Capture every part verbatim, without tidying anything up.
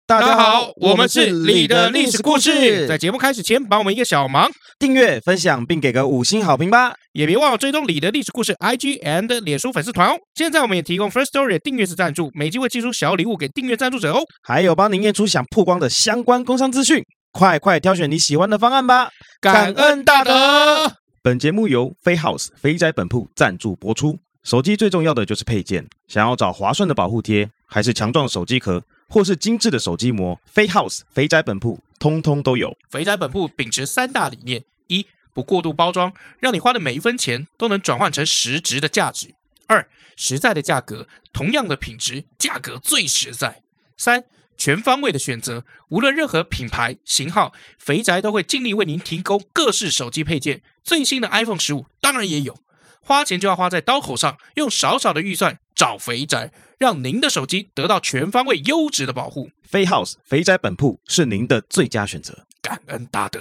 大家好，我们是李的历史故事。在节目开始前，帮我们一个小忙， 订阅、分享并给个五星好评吧！ 也别忘了追踪李的历史故事 I G and 脸书粉丝团哦。现在我们也提供 First Story 的订阅式赞助，每集会寄出小礼物给订阅赞助者哦。 还有帮您验出想曝光的相关工商资讯，快快挑选你喜欢的方案吧！ 感恩大德。 本节目由飞 House 肥宅本铺赞助播出。手机最重要的就是配件，想要找划算的保护贴，还是强壮手机壳，或是精致的手机膜，飞 House 肥宅本铺通通都有。 肥宅本铺秉持三大理念：一、不过度包装，让你花的每一分钱都能转换成实质的价值；二、实在的价格，同样的品质，价格最实在；三、全方位的选择，无论任何品牌型号，肥宅都会尽力为您提供各式手机配件。最新的 iPhone 十五当然也有。花钱就要花在刀口上，用少少的预算找肥宅，让您的手机得到全方位优质的保护。 飞 House 肥宅本铺是您的最佳选择， 感恩大德。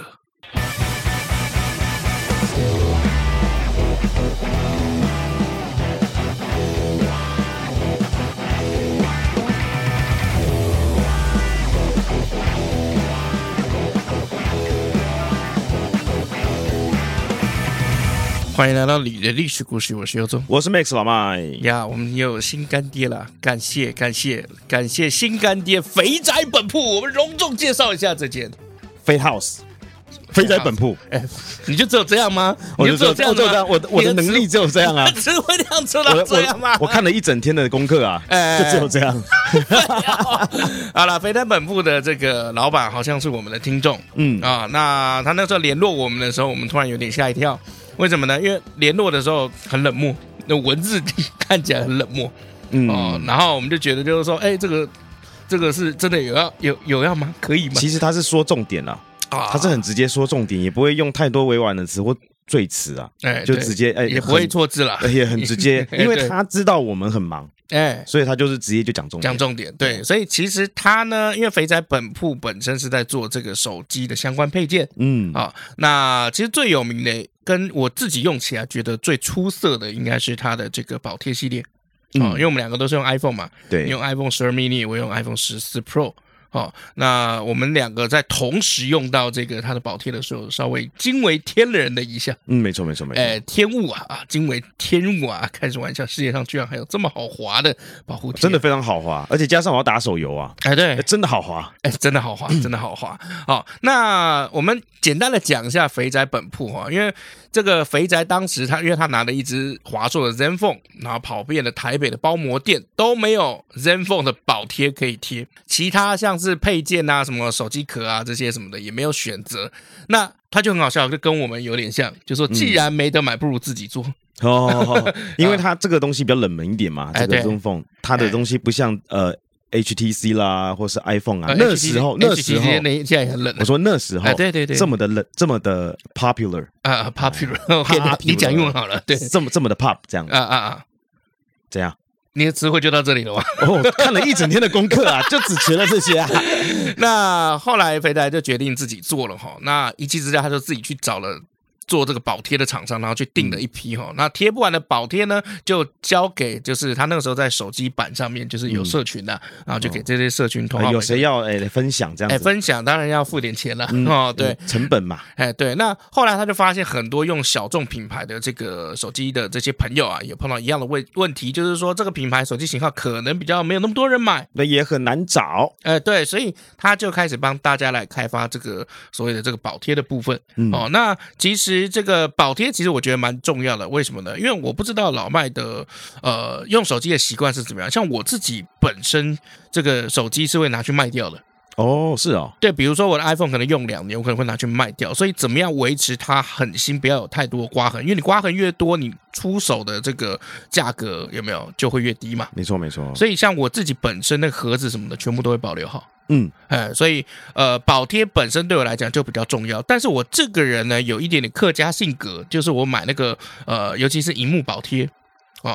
欢迎来到李的历史故事，我是尤总， 我是 Max 老麦呀。我们又有新干爹了，感谢感谢感谢新干爹肥宅本铺。我们隆重介绍一下这间飞 House 肥宅本铺。 哎，你就只有这样吗？ 我就只有这样吗？我我的能力只有这样啊， 只会这样做到这样吗？ 我看了一整天的功课啊，哎、就只有这样。 好了，肥宅本铺的这个老板好像是我们的听众，嗯啊，那他那时候联络我们的时候，我们突然有点吓一跳。为什么呢？因为联络的时候很冷漠，那文字看起来很冷漠，嗯、哦，然后我们就觉得就是说，哎，这个这个是真的有要有有要吗？可以吗？ 其实他是说重点了，啊，他是很直接说重点，也不会用太多委婉的词或赘词啊，哎，就直接哎也不会错字了， 也很直接，因为他知道我们很忙。哎，所以他就是直接就讲重点， 讲重点，对，所以其实他呢，因为肥宅本铺本身是在做这个手机的相关配件，嗯啊，那其实最有名的，跟我自己用起来觉得最出色的，应该是它的这个保贴系列，嗯、啊，因为我们两个都是用 iPhone 嘛，对，你用 iPhone 十二 mini， 我用 iPhone 十四 Pro。哦，那我们两个在同时用到这个它的保贴的时候，稍微惊为天人的一下。 嗯，没错没错没错。 哎，天物啊啊，惊为天物啊！开什么玩笑，世界上居然还有这么好滑的保护贴， 真的非常好滑，而且加上我要打手游啊， 哎对， 哎真的好滑， 哎真的好滑，真的好滑。好、哦，那我们简单的讲一下肥宅本铺哈，因为这个肥宅当时他因为他拿了一只华硕的 Zenfone， 然后跑遍了台北的包膜店，都没有 Zenfone 的保贴可以贴，其他像是配件啊、什么手机壳啊这些什么的也没有选择。那他就很好笑，就跟我们有点像，就说既然没得买，不如自己做。 哦，因为它这个东西比较冷门一点嘛，这个 Zenfone 它的东西不像呃 H T C 啦，或是 iPhone 啊，那时候那时候现在也很冷。 我说那时候， 对对对， 这么的冷，这么的 popular 啊 ，popular， 你讲英文好了，对， 这么这么的 pop 这样啊啊啊， 怎样？ 你的词汇就到这里了吗？ 哦，看了一整天的功课啊，就只学了这些啊。 那后来肥宅就决定自己做了哈，那一气之下他就自己去找了做这个保贴的厂商，然后去订了一批哈、嗯。那贴不完的保贴呢，就交给就是他那个时候在手机版上面就是有社群的、啊嗯，然后就给这些社群同好、 嗯、有谁要哎分享这样子？哎， 分享当然要付点钱了、嗯、哦，对， 成本嘛。 哎，对。那后来他就发现很多用小众品牌的这个手机的这些朋友啊，也碰到一样的问问题，就是说这个品牌手机型号可能比较没有那么多人买， 那也很难找。 哎，对，所以他就开始帮大家来开发这个所谓的这个保贴的部分。嗯、哦，那其实这个保贴其实我觉得蛮重要的，为什么呢？因为我不知道老麦的呃用手机的习惯是怎么样，像我自己本身这个手机是会拿去卖掉的。 哦，是哦， 对，比如说我的 iPhone 可能用两年，我可能会拿去卖掉，所以怎么样维持它很新，不要有太多刮痕，因为你刮痕越多，你出手的这个价格有没有就会越低嘛？ 没错没错。 所以像我自己本身那个盒子什么的，全部都会保留好。 嗯， 哎，所以呃，保贴本身对我来讲就比较重要，但是我这个人呢，有一点点客家性格，就是我买那个呃，尤其是萤幕保贴啊。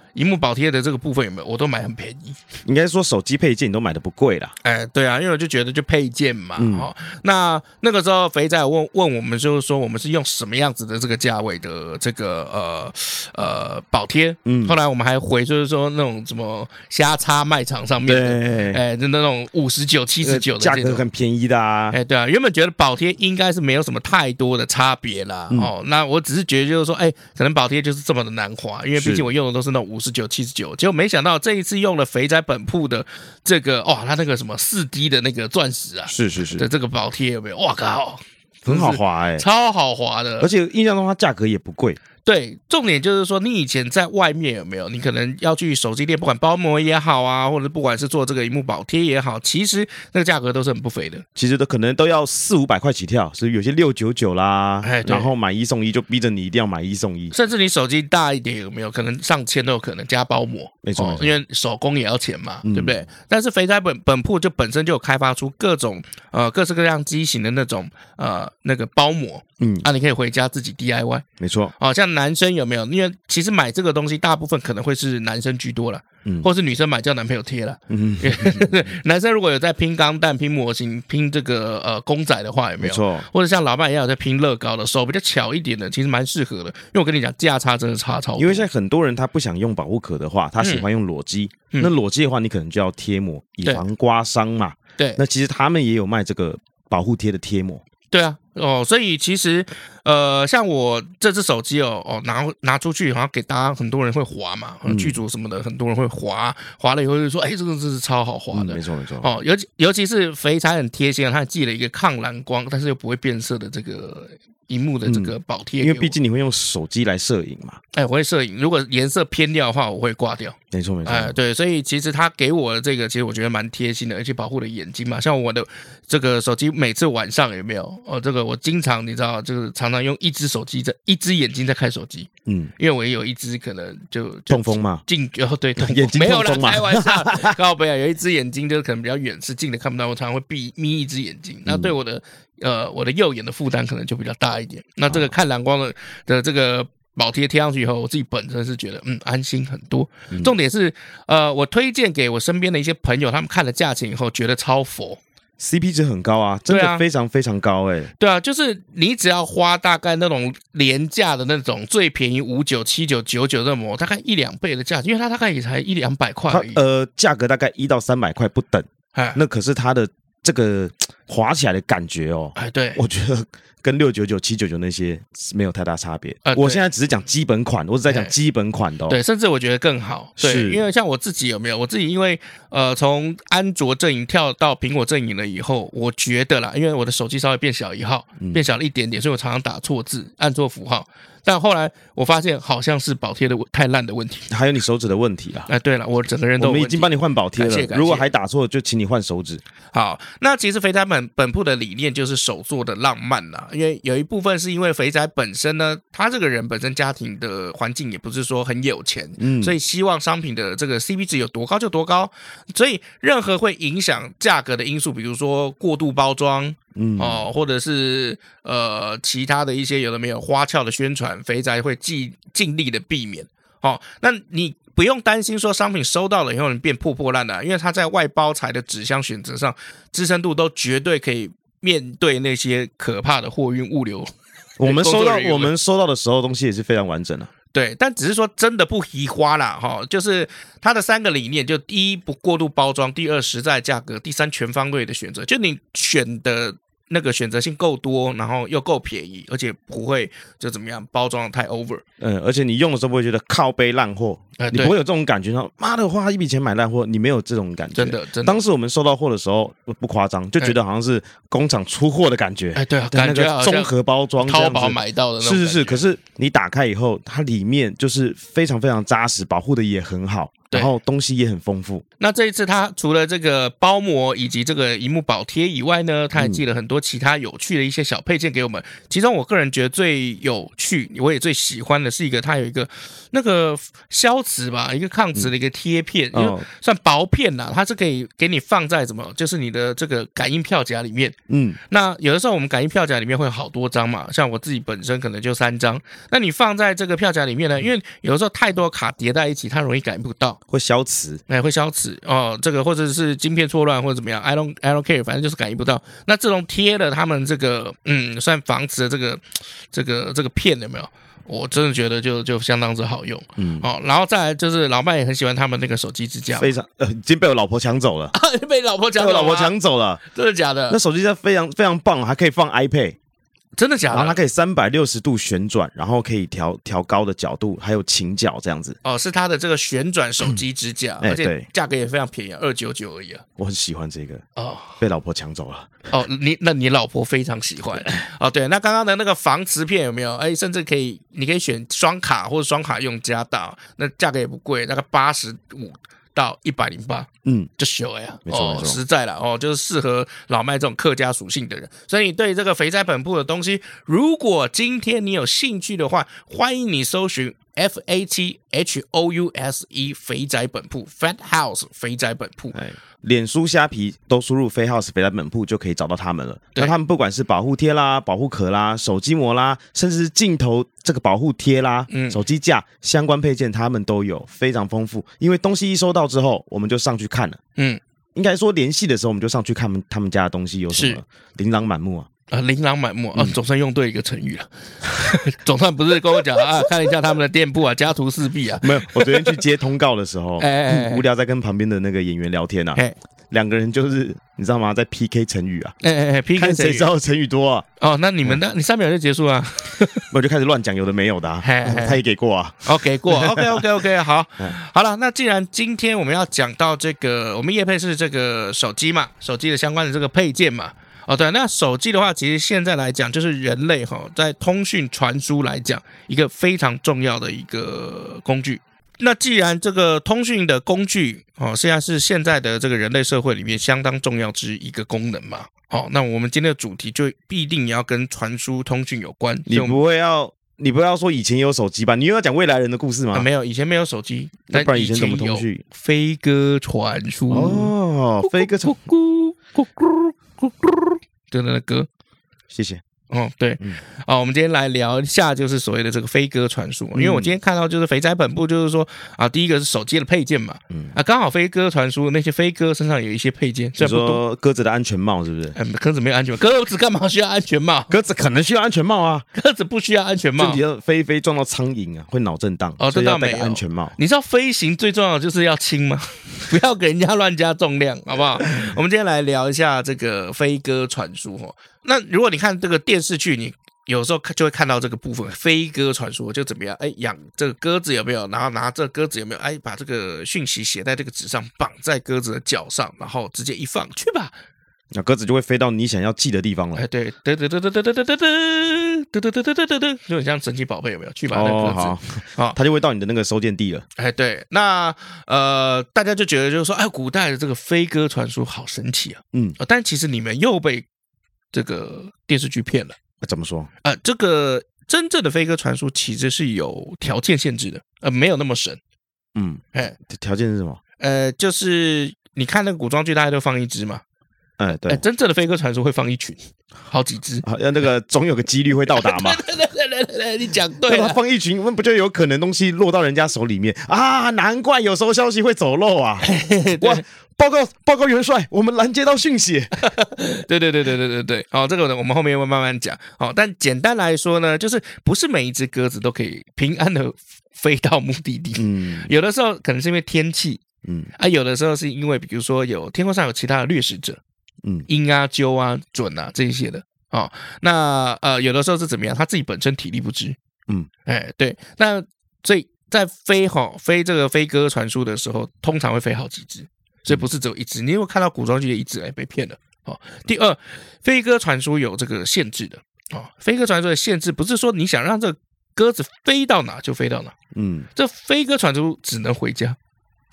萤幕保贴的这个部分有没有，我都买很便宜。 应该说手机配件你都买的不贵啦。 哎，对啊，因为我就觉得就配件嘛。 嗯、 哦，那那个时候肥仔问问我们，就是说我们是用什么样子的这个价位的这个呃呃保贴。嗯，后来我们还回就是说那种什么瞎插卖场上面的，哎，就那种五十九、七十九的价格很便宜的啊。 哎，对啊，原本觉得保贴应该是没有什么太多的差别啦。嗯、哦，那我只是觉得就是说，哎，可能保贴就是这么的难划，因为毕竟我用的都是那种五十九、七十九，结果没想到这一次用了肥仔本铺的这个，哇，它那个什么四 D 的那个钻石啊， 是是是的这个保贴有没有？哇靠， 很好滑哎、欸， 超好滑的， 而且印象中它价格也不贵。 对，重点就是说，你以前在外面有没有？你可能要去手机店，不管包膜也好啊，或者不管是做这个萤幕保贴也好，其实那个价格都是很不菲的。 其实都可能都要四五百块起跳，所以有些六九九啦，哎，然后买一送一，就逼着你一定要买一送一。 甚至你手机大一点有没有？可能上千都有可能加包膜， 没错、哦， 因为手工也要钱嘛，嗯、对不对？但是肥仔本本铺就本身就有开发出各种呃各式各样机型的那种呃那个包膜，嗯，啊，你可以回家自己 D I Y， 没错。 哦，像男生有没有？因为其实买这个东西，大部分可能会是男生居多啦，嗯，或是女生买叫男朋友贴啦。嗯，男生如果有在拼钢弹、拼模型、拼这个呃公仔的话，有没有？ 没错。或者像老爸一样有在拼乐高的，手比较巧一点的，其实蛮适合的。因为我跟你讲，价差真的差超多。 因为现在很多人他不想用保护壳的话，他喜欢用裸机。嗯、那裸机的话，你可能就要贴膜，以防刮伤嘛。 对。 那其实他们也有卖这个保护贴的贴膜。 对啊，哦，所以其实，呃，像我这只手机哦，哦，拿拿出去，好像给大家很多人会滑嘛，剧组什么的，很多人会滑，滑了以后就说，哎，这个真是超好滑的， 嗯、没错没错。 哦，尤其尤其是肥仔很贴心，他寄了一个抗蓝光，但是又不会变色的这个萤幕的这个保贴、嗯， 因为毕竟你会用手机来摄影嘛。 哎，我会摄影，如果颜色偏掉的话，我会挂掉。 没错没错， 哎，对，所以其实他给我的这个，其实我觉得蛮贴心的，而且保护了眼睛嘛。像我的这个手机，每次晚上有没有？哦，这个我经常你知道，就是常常用一只手机在一只眼睛在看手机。嗯，因为我也有一只可能就痛风嘛， 近哦对， 眼睛没有啦， 开玩笑，靠背啊，有一只眼睛就是可能比较远视，近的看不到，我常常会闭眯一只眼睛，那对我的、嗯、呃我的右眼的负担可能就比较大一点。那这个看蓝光的的这个保贴贴上去以后，我自己本身是觉得嗯安心很多。嗯、重点是呃我推荐给我身边的一些朋友，他们看了价钱以后觉得超佛。 C P 值很高啊，真的非常非常高哎、欸。 对啊，就是你只要花大概那种廉价的那种最便宜五九、七九、九九的膜，大概一两倍的价钱，因为它大概也才一两百块而已。 呃，价格大概一到三百块不等。那可是它的这个滑起来的感觉哦， 哎，对， 我觉得跟六九九、七九九那些没有太大差别。呃、我现在只是讲基本款，我只在讲基本款的、哦。 对，甚至我觉得更好。对，因为像我自己有没有？我自己因为呃从安卓阵营跳到苹果阵营了以后，我觉得啦，因为我的手机稍微变小一号，嗯、变小了一点点，所以我常常打错字，按错符号。但后来我发现好像是保贴的太烂的问题， 还有你手指的问题啊！ 哎，对了，我整个人都有问题， 我们已经帮你换保贴了， 感谢感谢， 如果还打错，就请你换手指。 好，那其实肥仔本本铺的理念就是手做的浪漫啦，因为有一部分是因为肥仔本身呢，他这个人本身家庭的环境也不是说很有钱，嗯，所以希望商品的这个 C P 值有多高就多高，所以任何会影响价格的因素，比如说过度包装。嗯哦，或者是呃其他的一些有的没有花俏的宣传，肥仔会尽尽力的避免。哦，那你不用担心说商品收到了以后你变破破烂烂，因为它在外包材的纸箱选择上，支撑度都绝对可以面对那些可怕的货运物流。 我们收到我们收到的时候，东西也是非常完整的、啊。 对，但只是说真的不移花啦，哈，就是它的三个理念，就第一不过度包装，第二实在价格，第三全方位的选择，就你选的那个选择性够多，然后又够便宜，而且不会就怎么样包装的太 over。 嗯，而且你用的时候不会觉得靠背烂货，呃、你不会有这种感觉，说妈的花一笔钱买烂货，你没有这种感觉。 真的，真的。 当时我们收到货的时候不夸张，就觉得好像是工厂出货的感觉。 哎，对啊， 感觉好像综合包装， 淘宝买到的那种。 是是是，可是你打开以后，它里面就是非常非常扎实，保护的也很好。 然后东西也很丰富。 那这一次它除了这个包膜以及这个萤幕保贴以外呢，它还寄了很多其他有趣的一些小配件给我们。嗯、其中我个人觉得最有趣，我也最喜欢的是一个，它有一个那个消磁吧，一个抗磁的一个贴片，嗯、因为算薄片啦，它是可以给你放在什么，就是你的这个感应票夹里面。嗯，那有的时候我们感应票夹里面会有好多张嘛，像我自己本身可能就三张，那你放在这个票夹里面呢，因为有的时候太多卡叠在一起，它容易感应不到， 会消磁， 哎，会消磁哦。这个或者是晶片错乱或者怎么样 ，I don't I don't care， 反正就是感应不到。那这种贴了他们这个嗯，算防磁的这个这个这个片有没有？我真的觉得就就相当之好用，嗯，哦，然后再来就是老麦也很喜欢他们那个手机支架， 非常呃，已经被我老婆抢走了， 被老婆抢走了， 被我老婆抢走了， 真的假的？ 那手机支架非常非常棒，还可以放 iPad。 真的假的？ 然后它可以三百六十度旋转，然后可以调调高的角度，还有倾角这样子。 哦，是它的这个旋转手机支架，嗯、而且价格也非常便宜，二九九而已啊。 我很喜欢这个哦，被老婆抢走了。 哦，你那你老婆非常喜欢哦。对，那刚刚的那个防磁片有没有？哎，甚至可以，你可以选双卡或者双卡用加大，那价格也不贵，大概八十五。到一百零八，嗯，就修了呀， 没错， 哦，实在了哦，就是适合老麦这种客家属性的人。所以你对这个肥宅本铺的东西，如果今天你有兴趣的话，欢迎你搜寻 F A T H O U S E 肥宅本铺 Fat House 肥宅本铺。 脸书、虾皮都输入 Fat House 肥宅本铺就可以找到他们了。那他们不管是保护贴啦、保护壳啦、手机膜啦，甚至是镜头这个保护贴啦、嗯、手机架相关配件，他们都有，非常丰富。因为东西一收到之后，我们就上去看了。嗯，应该说联系的时候，我们就上去看他们家的东西有什么，琳琅满目啊。 啊，琳琅满目啊、哦，总算用对一个成语了，总算不是跟我讲啊，看一下他们的店铺啊，家徒四壁啊。 没有，我昨天去接通告的时候，哎哎哎无聊在跟旁边的那个演员聊天啊，两个人就是你知道吗，在 P K 成语啊，哎哎哎 ，P K 看谁知道成语多啊。 哦，那你们的、嗯、你三秒就结束啊？ 我就开始乱讲有的没有的、啊，他也给过啊。 哦，给过 ，OK OK OK， 好，好了，那既然今天我们要讲到这个，我们业配是这个手机嘛，手机的相关的这个配件嘛。哦，对，那手机的话，其实现在来讲，就是人类哈、哦、在通讯传输来讲，一个非常重要的一个工具。那既然这个通讯的工具哦，现在是现在的这个人类社会里面相当重要之一个功能嘛。哦，那我们今天的主题就必定要跟传输通讯有关。 你不会要，你不要说以前有手机吧？你又要讲未来人的故事吗？ 啊、没有，以前没有手机， 那不然以前怎么通讯？ 飞鸽传书哦，飞鸽传。 的那个歌， 谢谢。 哦，对，嗯，哦，我们今天来聊一下，就是所谓的这个飞鸽传书，因为我今天看到就是肥宅本部，就是说啊，第一个是手机的配件嘛，嗯，啊，刚好飞鸽传书那些飞鸽身上有一些配件， 你说鸽子的安全帽是不是？ 嗯，鸽子没有安全帽，鸽子干嘛需要安全帽？ 鸽子可能需要安全帽啊， 鸽子不需要安全帽， 你要飞飞撞到苍蝇啊，会脑震荡， 哦， 所以要戴个安全帽。 你知道飞行最重要的就是要轻吗？不要给人家乱加重量，好不好？我们今天来聊一下这个飞鸽传书哈。那如果你看这个电视剧，你有时候就会看到这个部分，飞鸽传书就怎么样？哎，养这个鸽子有没有？然后拿这个鸽子有没有？哎，把这个讯息写在这个纸上，绑在鸽子的脚上，然后直接一放去吧， 那鸽子就会飞到你想要记的地方了。 哎，对，得得得得得得得得得得得得得得得，就很像神奇宝贝有没有？去吧，那个鸽子， 好，好，它就会到你的那个收件地了。 哎，对，那呃，大家就觉得就是说，哎，古代的这个飞鸽传书好神奇啊，嗯，但其实你们又被这个电视剧骗了。 怎么说？ 呃，这个真正的飞鸽传书其实是有条件限制的，呃，没有那么神。 嗯，哎，条件是什么？ 呃，就是你看那个古装剧，大家都放一只嘛。 哎，对， 呃，真正的飞鸽传书会放一群，好几只， 啊，要那个总有个几率会到达嘛。 对对对对对对，你讲对了。 那他放一群，不就有可能东西落到人家手里面啊？难怪有时候消息会走漏啊！哇，报告报告元帅，我们拦截到讯息。 对对对对对对对，好，这个呢我们后面会慢慢讲。好，但简单来说呢，就是不是每一只鸽子都可以平安的飞到目的地。嗯，有的时候可能是因为天气，嗯啊，有的时候是因为比如说有天空上有其他的掠食者。嗯，鹰啊、鸠啊、隼啊这一些的哦，那呃有的时候是怎么样？他自己本身体力不支，嗯，哎对，那所以在飞哈、哦、飞这个飞鸽传书的时候，通常会飞好几只，所以不是只有一只。你有没有看到古装剧的一只哎被骗了？哦，第二，飞鸽传书有这个限制的哦，飞鸽传书的限制不是说你想让这个鸽子飞到哪就飞到哪，嗯，这飞鸽传书只能回家。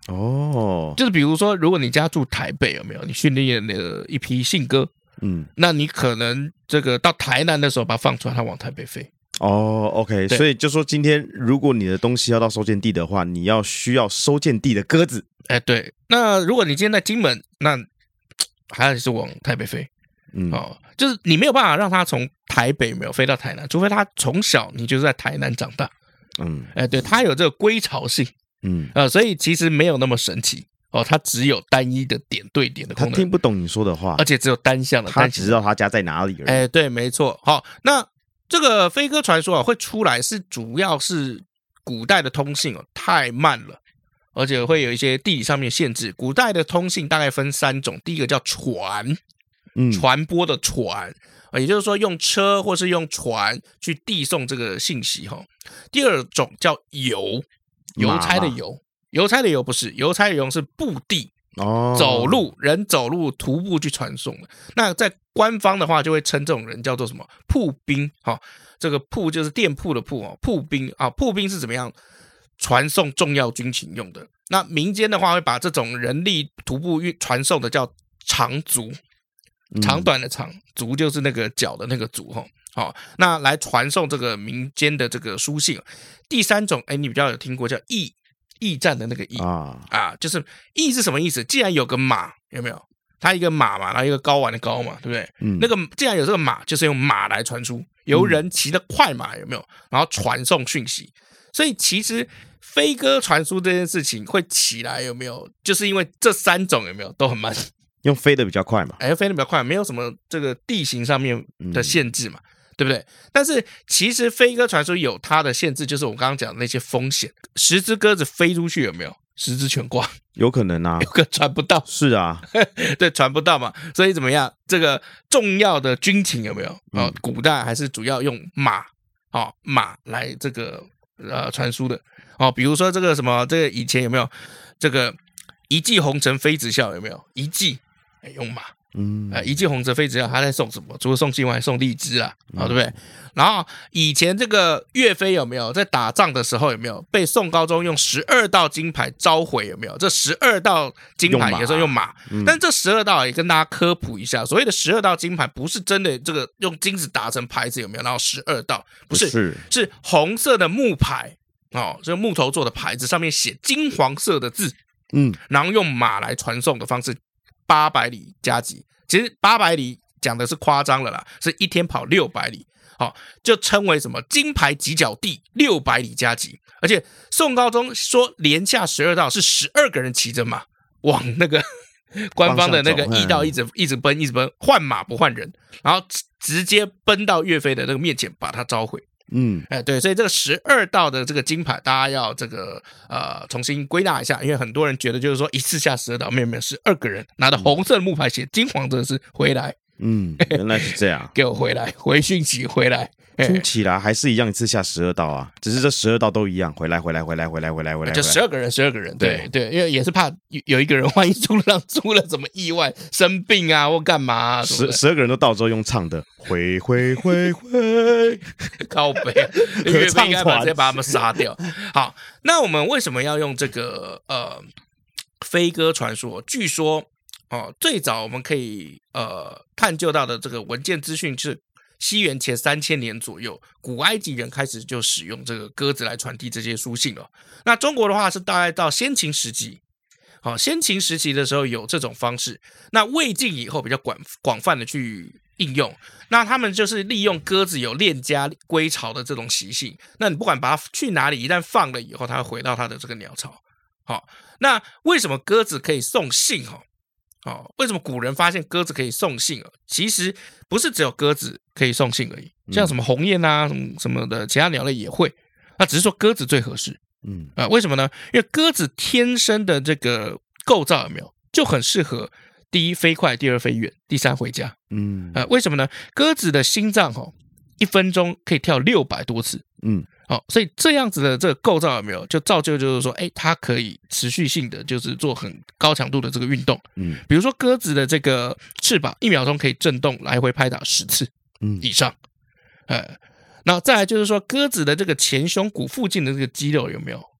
哦， 就是比如说，如果你家住台北，有没有？你训练了一批信鸽， 嗯， 那你可能这个到台南的时候把它放出来，它往台北飞。 哦 ，OK， 所以就说今天如果你的东西要到收件地的话，你要需要收件地的鸽子。 哎，对。那如果你今天在金门，那还是往台北飞。嗯，哦，就是你没有办法让它从台北没有飞到台南，除非它从小你就是在台南长大。嗯，哎，对，它有这个归巢性。嗯，呃，所以其实没有那么神奇哦，它只有单一的点对点的功能。 他听不懂你说的话， 而且只有单向的， 他只知道他家在哪里而已。 哎，对，没错。好，那这个飞鸽传说啊会出来，是主要是古代的通信哦太慢了。而且会有一些地理上面限制。古代的通信大概分三种，第一个叫船，嗯，传播的船，也就是说用车或是用船去递送这个信息哈。第二种叫邮，邮差的邮，邮差的邮不是，邮差的邮是步地，哦，走路，人走路徒步去传送的。那在官方的话就会称这种人叫做什么铺兵，哈，这个铺就是店铺的铺哦，铺兵啊，铺兵是怎么样？传送重要军情用的。那民间的话会把这种人力徒步传送的叫长足，长短的长，足就是那个脚的那个足哈。好，那来传送这个民间的这个书信。第三种，哎，你比较有听过叫驿，驿站的那个驿啊啊，就是驿是什么意思？既然有个马，有没有？它一个马嘛，然后一个睾丸的睾嘛，对不对？嗯，那个既然有这个马，就是用马来传输，由人骑的快马，有没有？然后传送讯息。所以其实飞鸽传书这件事情会起来有没有？就是因为这三种有没有都很慢， 用飞的比较快嘛？ 哎，飞的比较快，没有什么这个地形上面的限制嘛，嗯、对不对？但是其实飞鸽传书有它的限制，就是我刚刚讲的那些风险。十只鸽子飞出去有没有？十只全挂， 有可能啊， 有个传不到。 是啊， 对，传不到嘛。所以怎么样？这个重要的军情有没有？哦，嗯、古代还是主要用马，哦，马来这个。呃，传输的哦，比如说这个什么，这个以前有没有这个一骑红尘妃子笑有没有？一骑用马，嗯，呃，一骑红尘妃子笑，他在送什么？除了送信外，还送荔枝啊，哦，对不对？然后以前这个岳飞有没有在打仗的时候有没有被宋高宗用十二道金牌召回？有没有？这十二道金牌有时候用马，嗯、但这十二道也跟大家科普一下，所谓的十二道金牌不是真的这个用金子打成牌子有没有？然后十二道不是，是是红色的木牌哦，这个木头做的牌子上面写金黄色的字，嗯，然后用马来传送的方式，八百里加急。其实八百里讲的是夸张了啦，是一天跑六百里。好，就称为什么金牌几脚地六百里加急，而且宋高宗说连下十二道是十二个人骑着马往那个官方的那个驿道一直一直奔一直奔，换马不换人，然后直接奔到岳飞的那个面前把他召回。嗯，哎，对，所以这个十二道的这个金牌，大家要这个呃重新归纳一下，因为很多人觉得就是说一次下十二道，没有没有，十二个人拿着红色的木牌写金黄色是回来。嗯， 原来是这样， 给我回来，回讯息回来。 听起来还是一样，一次下十二道啊，只是这十二道都一样，回来回来回来回来回来回来， 就十二个人，十二个人，对对，因为也是怕有一个人万一出了出了什么意外，生病啊或干嘛、啊， 十十二个人都到之后用唱的，回回回回， 靠北，岳飞应该把直接把他们杀掉。好，那我们为什么要用这个呃飞鸽传说？据说。哦，最早我们可以呃探究到的这个文件资讯是西元前三千年左右，古埃及人开始就使用这个鸽子来传递这些书信了。那中国的话是大概到先秦时期，好、哦，先秦时期的时候有这种方式。那魏晋以后比较广广泛的去应用，那他们就是利用鸽子有恋家归巢的这种习性。那你不管把它去哪里，一旦放了以后，它会回到它的这个鸟巢。好、哦，那为什么鸽子可以送信？哈。哦，为什么古人发现鸽子可以送信啊？其实不是只有鸽子可以送信而已，像什么鸿雁啊、什么什么的，其他鸟类也会。那只是说鸽子最合适。嗯啊、呃，为什么呢？因为鸽子天生的这个构造有没有就很适合第一飞快，第二飞远，第三回家。嗯啊、呃，为什么呢？鸽子的心脏哦，一分钟可以跳六百多次。嗯。哦，所以这样子的这个构造有没有就造就就是说，哎，它可以持续性的就是做很高强度的这个运动，嗯，比如说鸽子的这个翅膀一秒钟可以震动来回拍打十次，嗯以上，呃，那再来就是说鸽子的这个前胸骨附近的这个肌肉有没有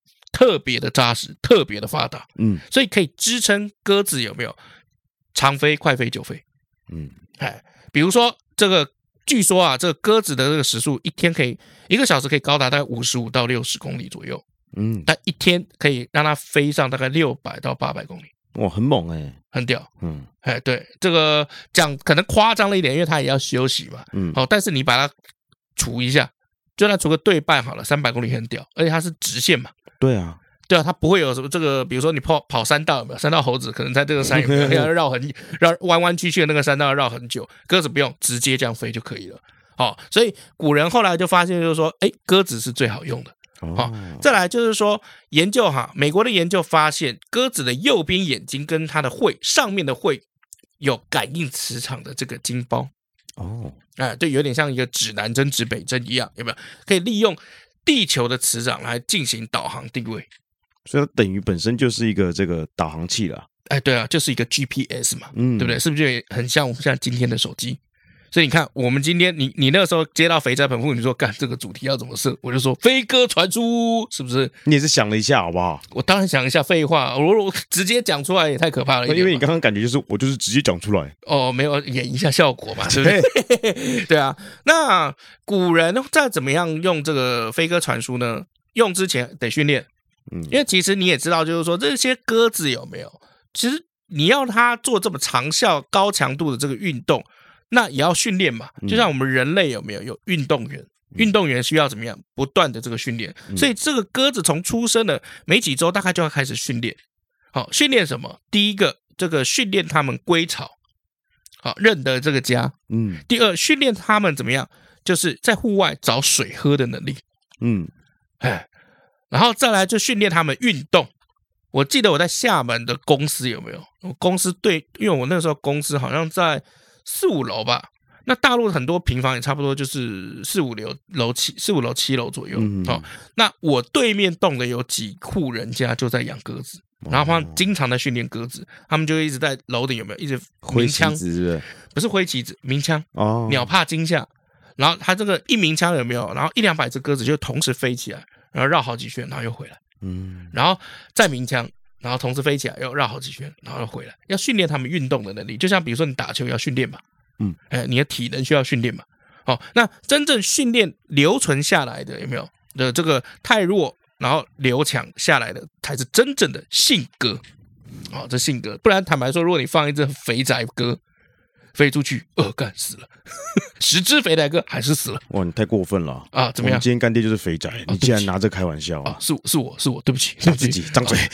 特别的扎实，特别的发达， 嗯， 所以可以支撑鸽子有没有长飞、快飞、久飞， 嗯， 哎，比如说这个，据说啊，这个鸽子的这个时速一天可以一个小时可以高达大概五十五到六十公里左右， 嗯， 但一天可以让它飞上大概六百到八百公里， 哇，很猛哎、欸， 很屌， 嗯， 哎，对，这个讲可能夸张了一点，因为它也要休息嘛， 嗯， 好、哦，但是你把它除一下，就算除个对半好了，三百公里很屌，而且它是直线嘛， 对啊， 对啊，它不会有什么这个，比如说你跑跑山道有没有？山道猴子可能在这个山有没有要绕很绕弯弯曲曲的那个山道要绕很久，鸽子不用，直接这样飞就可以了。好、哦，所以古人后来就发现，就是说，哎，鸽子是最好用的。好、哦，再来就是说研究哈，美国的研究发现，鸽子的右边眼睛跟它的喙上面的喙有感应磁场的这个晶包。 哦， 哎，对，有点像一个指南针、指北针一样，有没有？可以利用地球的磁场来进行导航定位。 所以它等于本身就是一个这个导航器了。 哎，对啊，就是一个 G P S 嘛， 嗯， 对不对？是不是就很像我们现在今天的手机？所以你看，我们今天你你那个时候接到肥宅本部，你说干这个主题要怎么设，我就说飞鸽传书，是不是？ 你也是想了一下，好不好？ 我当然想一下，废话，我我直接讲出来也太可怕了一点。 因为你刚刚感觉就是我就是直接讲出来， 哦，没有演一下效果嘛，对不对？对啊，那古人再怎么样用这个飞鸽传书呢？用之前得训练，嗯，因为其实你也知道，就是说这些鸽子有没有，其实你要它做这么长效、高强度的这个运动。那也要训练嘛，就像我们人类有没有有运动员？运动员需要怎么样不断的这个训练？所以这个鸽子从出生的没几周，大概就要开始训练。好，训练什么？第一个，这个训练他们归巢，好认得这个家。嗯。第二，训练他们怎么样？就是在户外找水喝的能力。嗯。哎，然后再来就训练他们运动。我记得我在厦门的公司有没有？我公司对，因为我那时候公司好像在四五楼吧，那大陆很多平房也差不多就是四五楼楼七四五楼七楼左右。嗯、哦，那我对面栋的有几户人家就在养鸽子，然后他们经常在训练鸽子，他们就一直在楼顶有没有一直鸣枪？ 挥旗子是不是？ 不是挥旗子，鸣枪哦， 鸟怕惊吓。然后他这个一鸣枪有没有？然后一两百只鸽子就同时飞起来，然后绕好几圈，然后又回来。嗯，然后再鸣枪。然后同时飞起来，又绕好几圈，然后又回来，要训练他们运动的能力。就像比如说你打球要训练嘛，嗯，哎，你的体能需要训练嘛。好、哦，那真正训练留存下来的有没有的这个太弱，然后留强下来的才是真正的信鸽。哦，这信鸽，不然坦白说，如果你放一只肥宅鸽飞出去，呃，干死了，十只肥宅鸽还是死了。 哇，你太过分了啊！怎么样？ 今天干爹就是肥宅，哦、你竟然拿这开玩笑啊！ 啊是是我是我，对不起， 打自己，张嘴，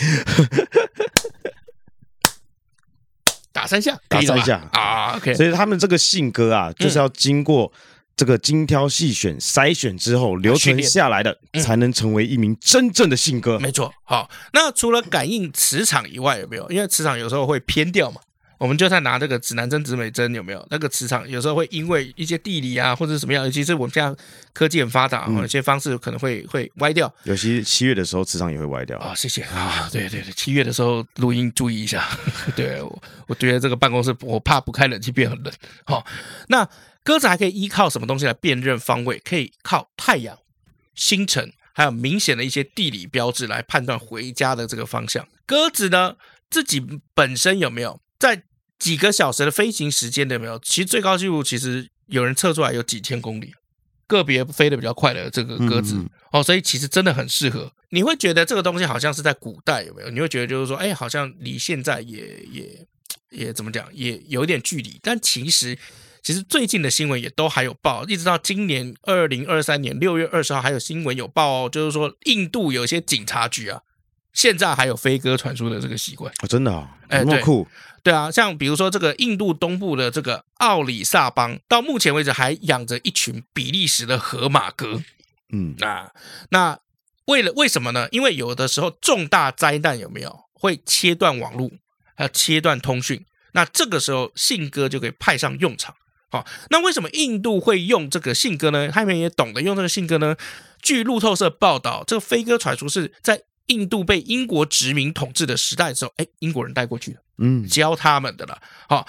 打三下， 打三下啊 ！OK， 所以他们这个信鸽啊，就是要经过这个精挑细选、筛选之后留存下来的，才能成为一名真正的信鸽。 没错。好，那除了感应磁场以外，有没有？因为磁场有时候会偏掉嘛。我们就在拿这个指南针、指北针，有没有那个磁场？有时候会因为一些地理啊，或者什么样，尤其是我们现在科技很发达，嗯、有些方式可能会会歪掉。 尤其七月的时候，磁场也会歪掉啊、哦！谢谢啊，对对对，七月的时候录音注意一下。对，我我觉得这个办公室我怕不开冷气变很冷。好、哦，那鸽子还可以依靠什么东西来辨认方位？可以靠太阳、星辰，还有明显的一些地理标志来判断回家的这个方向。鸽子呢，自己本身有没有在几个小时的飞行时间的有没有？其实最高纪录其实有人测出来有几千公里，个别飞得比较快的这个鸽子、嗯、哦，所以其实真的很适合。你会觉得这个东西好像是在古代有没有？你会觉得就是说，哎，好像离现在也也也怎么讲，也有一点距离。但其实其实最近的新闻也都还有报，一直到今年二零二三年六月二十号还有新闻有报哦，就是说印度有些警察局啊，现在还有飞鸽传书的这个习惯、 哦、真的啊， 哎， 那么酷。 对啊，像比如说这个印度东部的这个奥里萨邦，到目前为止还养着一群比利时的河马鸽。嗯，那那为了为什么呢？因为有的时候重大灾难有没有会切断网络，还有切断通讯，那这个时候信鸽就可以派上用场。好、哦，那为什么印度会用这个信鸽呢？他们也懂得用这个信鸽呢？据路透社报道，这个飞鸽传书是在印度被英国殖民统治的时代的时候，哎，英国人带过去的。嗯，教他们的了。好，那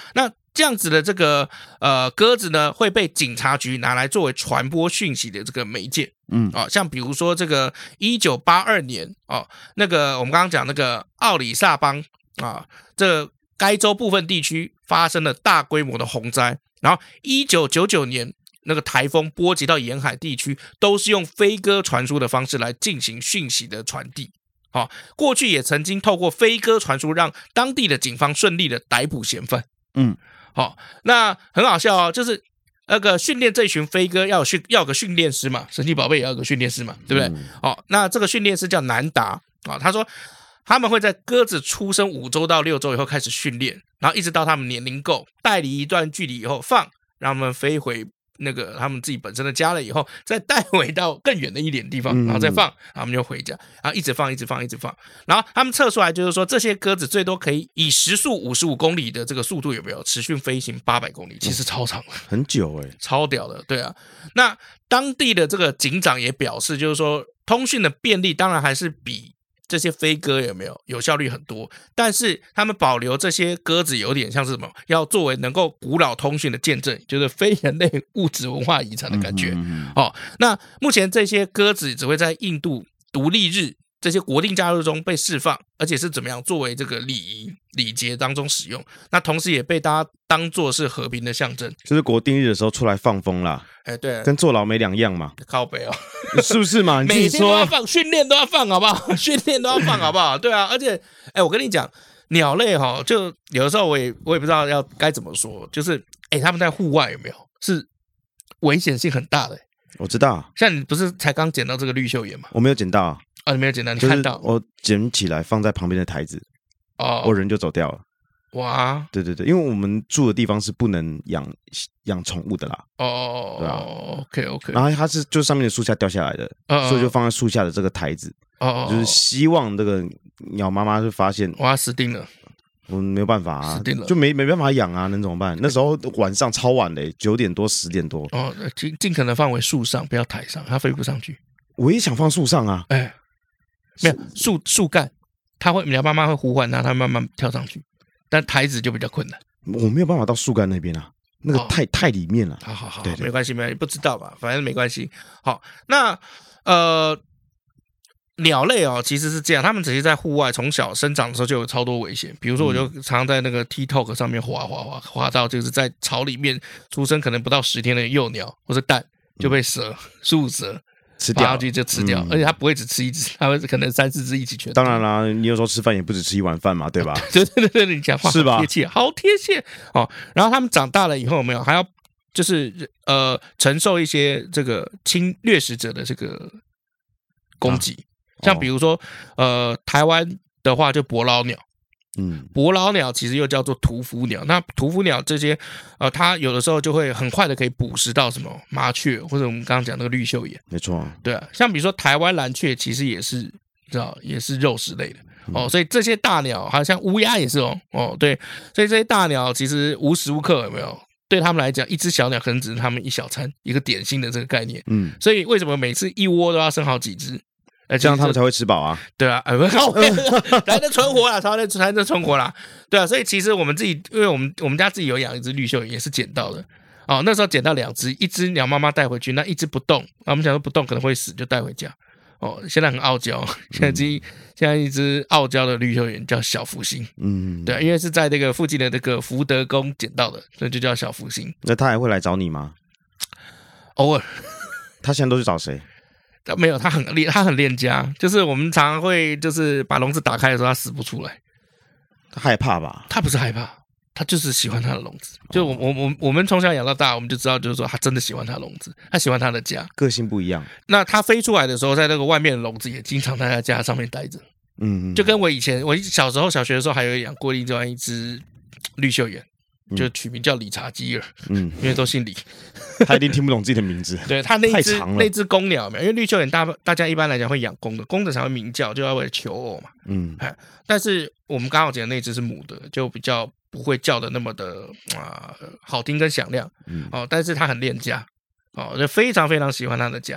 这样子的这个呃鸽子呢，会被警察局拿来作为传播讯息的这个媒介。 嗯啊、哦，像比如说这个一九八二年哦，那个我们刚刚讲那个奥里萨邦啊，这该州部分地区发生了大规模的洪灾，然后一九九九年那个台风波及到沿海地区，都是用飞鸽传书的方式来进行讯息的传递。好、哦，过去也曾经透过飞鸽传书，让当地的警方顺利的逮捕嫌犯。 嗯。 好、哦，那很好笑哦，就是那个训练这群飞鸽要有训要有个训练师嘛，神奇宝贝也要有个训练师嘛，对不对？嗯、哦，那这个训练师叫南达啊、哦，他说他们会在鸽子出生五周到六周以后开始训练，然后一直到他们年龄够，带离一段距离以后放，让他们飞回那个他们自己本身的家了以后，再带回到更远的一点地方，然后再放，然后他们就回家，然后一直放，一直放，一直放。然后他们测出来就是说，这些鸽子最多可以以时速五十五公里的这个速度有没有持续飞行八百公里，其实超长了， 很久哎、欸， 超屌的，对啊。那当地的这个警长也表示，就是说通讯的便利当然还是比这些飞鸽有没有有效率很多，但是他们保留这些鸽子有点像是什么，要作为能够古老通讯的见证，就是非人类物质文化遗产的感觉。嗯嗯嗯哦，那目前这些鸽子只会在印度独立日这些国定假日中被释放，而且是怎么样作为这个礼仪礼节当中使用，那同时也被大家当作是和平的象征， 就是国定日的时候出来放风啦。 哎，对， 跟坐牢没两样嘛， 靠北哦， 是不是嘛？你每天都要放，训练都要放，好不好？训练都要放，好不好？对啊，而且，哎，我跟你讲，鸟类哈，就有的时候我也我也不知道要该怎么说，就是哎，他们在户外有没有是危险性很大的？ 我知道， 像你不是才刚捡到这个绿袖眼吗？ 我没有捡到啊， 哦，你没有捡到，你看到？ 就是、我捡起来放在旁边的台子，哦，我人就走掉了。 哇， 对对对，因为我们住的地方是不能养养宠物的啦。 哦， 对啊 ，OK OK。 然后它是就上面的树下掉下来的，哦、所以就放在树下的这个台子。哦，就是希望这个鸟妈妈就发现， 哇，死定了。 我们没有办法啊， 死定了， 就没没办法养啊，能怎么办？那时候晚上超晚的，九点多十点多。 哦，尽尽可能放回树上，不要台上，它飞不上去。 我也想放树上啊， 哎，没有树树干，它会鸟妈妈会呼唤它，它慢慢跳上去。但台子就比较困难， 我没有办法到树干那边啊，那个太、哦、太里面了。 好好好， 对对没关系，没关系，不知道吧，反正没关系。好，那呃，鸟类哦，其实是这样，它们只是在户外从小生长的时候就有超多危险。比如说，我就常常在那个 TikTok 上面滑滑滑滑到，就是在巢里面出生可能不到十天的幼鸟或者蛋就被蛇、树蛇。 吃掉， 就就吃掉，嗯、而且它不会只吃一只，它会可能三四只一起全。 当然啦，你有时候吃饭也不止吃一碗饭嘛，对吧？ 对对对对，你讲话是吧？ 贴切，好贴切哦。然后他们长大了以后，有没有还要就是呃承受一些这个侵掠食者的这个攻击，啊、像比如说、哦、呃台湾的话就伯劳鸟。嗯，伯劳鸟其实又叫做屠夫鸟。那屠夫鸟这些，呃，它有的时候就会很快的可以捕食到什么麻雀，或者我们刚刚讲那个绿袖眼。 没错， 对啊，像比如说台湾蓝雀，其实也是，知道也是肉食类的哦。所以这些大鸟，还有像乌鸦也是哦，哦对，所以这些大鸟其实无时无刻有没有对他们来讲，一只小鸟可能只是他们一小餐一个点心的这个概念。嗯，所以为什么每次一窝都要生好几只？ 这样他们才会吃饱啊！ 对啊，才能存活啦，才能才能存活啦。对啊，所以其实我们自己，因为我们我们家自己有养一只绿袖眼，也是捡到的。哦，那时候捡到两只，一只鸟妈妈带回去，那一只不动，我们想说不动可能会死，就带回家。哦，现在很傲娇，现在一、嗯、现在一只傲娇的绿袖眼叫小福星。嗯，对，因为是在这个附近的这个福德宫捡到的，所以就叫小福星。 那他还会来找你吗？ 偶尔。 他现在都去找谁？ 没有，他很练，他很恋家，就是我们常常会就是把笼子打开的时候，他死不出来。 他害怕吧？ 他不是害怕，他就是喜欢他的笼子。就我我我我们从小养到大，我们就知道，就是说他真的喜欢他的笼子，他喜欢他的家， 个性不一样。 那他飞出来的时候，在那个外面的笼子也经常在他家上面待着。嗯，就跟我以前我小时候小学的时候，还有养过另外一只绿袖眼。就取名叫理查基尔，嗯，因为都姓李， 他一定听不懂自己的名字。 对，他那一只那只公鸟，因为绿袖眼大大家一般来讲会养公的，公的才会鸣叫，就要为了求偶嘛。嗯，但是我们刚好讲的那只是母的，就比较不会叫的那么的啊、呃、好听跟响亮。嗯，哦，但是他很恋家，哦，就非常非常喜欢他的家。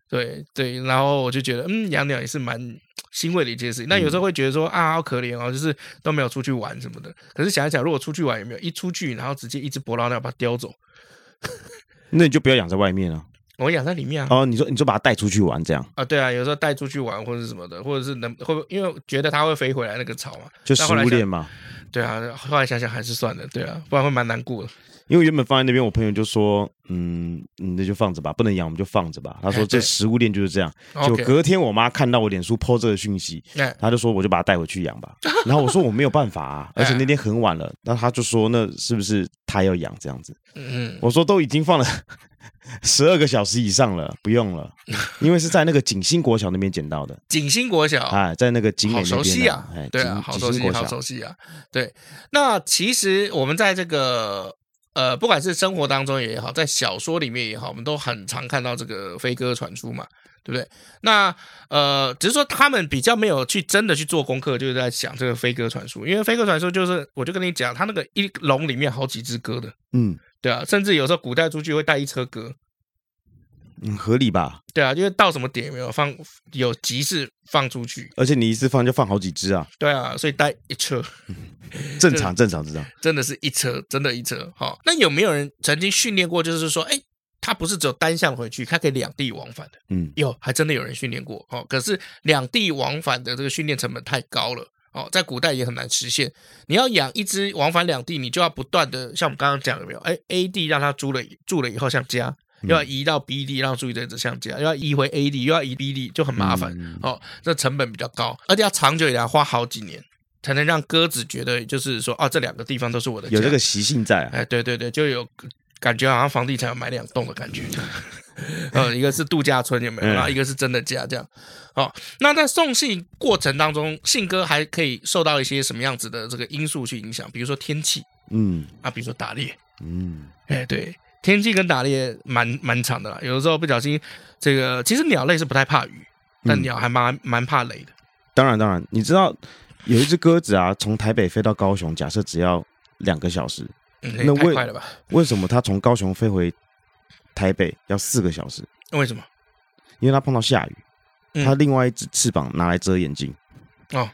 对对，然后我就觉得，嗯，养鸟也是蛮欣慰的一件事情。那有时候会觉得说啊，好可怜哦，就是都没有出去玩什么的。可是想一想，如果出去玩有没有一出去，然后直接一只伯劳鸟把它叼走， 那你就不要养在外面啊。 我养在里面啊。 哦，你说你就把它带出去玩这样啊？对啊，有时候带出去玩或者什么的，或者是能会因为觉得它会飞回来那个巢嘛， 就食物链嘛。 对啊，后来想想还是算了，对啊，不然会蛮难过的。 因为原本放在那边，我朋友就说，嗯，那就放着吧，不能养我们就放着吧。他说这食物链就是这样。就隔天我妈看到我脸书 po 这个讯息，她就说我就把它带回去养吧。然后我说我没有办法啊，而且那天很晚了。那她就说那是不是她要养这样子？嗯，我说都已经放了十二个小时以上了，不用了，因为是在那个景兴国小那边捡到的。 景兴国小， 哎，在那个景美那边。 好熟悉啊，对啊，好熟悉，好熟悉啊。对，那其实我们在这个呃，不管是生活当中也好，在小说里面也好，我们都很常看到这个飞鸽传书嘛，对不对？那呃，只是说他们比较没有去真的去做功课，就是在想这个飞鸽传书，因为飞鸽传书就是，我就跟你讲，它那个一笼里面好几只鸽的，嗯。对啊，甚至有时候古代出去会带一车鸽， 嗯，合理吧？ 对啊，因为到什么点有没有放有急事放出去， 而且你一次放就放好几只啊。 对啊，所以带一车， 嗯、正常正常正常， 真的是一车，真的一车。好、哦，那有没有人曾经训练过？就是说，哎，他不是只有单向回去，他可以两地往返的。嗯，有，还真的有人训练过。哦，可是两地往返的这个训练成本太高了。哦，在古代也很难实现。你要养一只往返两地，你就要不断的，像我们刚刚讲有没有？哎 ，A 地让它住了住了以后像家，又要移到 B 地让它住一阵子像家，又要移回 A 地，又要移 B 地，就很麻烦。嗯、哦，这成本比较高，而且要长久以来花好几年，才能让鸽子觉得就是说，哦，这两个地方都是我的家， 有这个习性在、啊。 哎，对对对，就有感觉好像房地产要买两栋的感觉。呃，一个是度假村有没有？然后一个是真的家这样。哦，那在送信过程当中，信鸽还可以受到一些什么样子的这个因素去影响？比如说天气，嗯，啊，比如说打猎，嗯，哎，对，天气跟打猎蛮蛮长的啦。有的时候不小心，这个其实鸟类是不太怕雨，但鸟还蛮蛮怕雷的。 当然，当然，你知道有一只鸽子啊，从台北飞到高雄，假设只要两个小时， 嗯、那太快了吧？ 为什么它从高雄飞回台北要四个小时？ 为什么？ 因为它碰到下雨。它另外一只翅膀拿来遮眼睛。哦，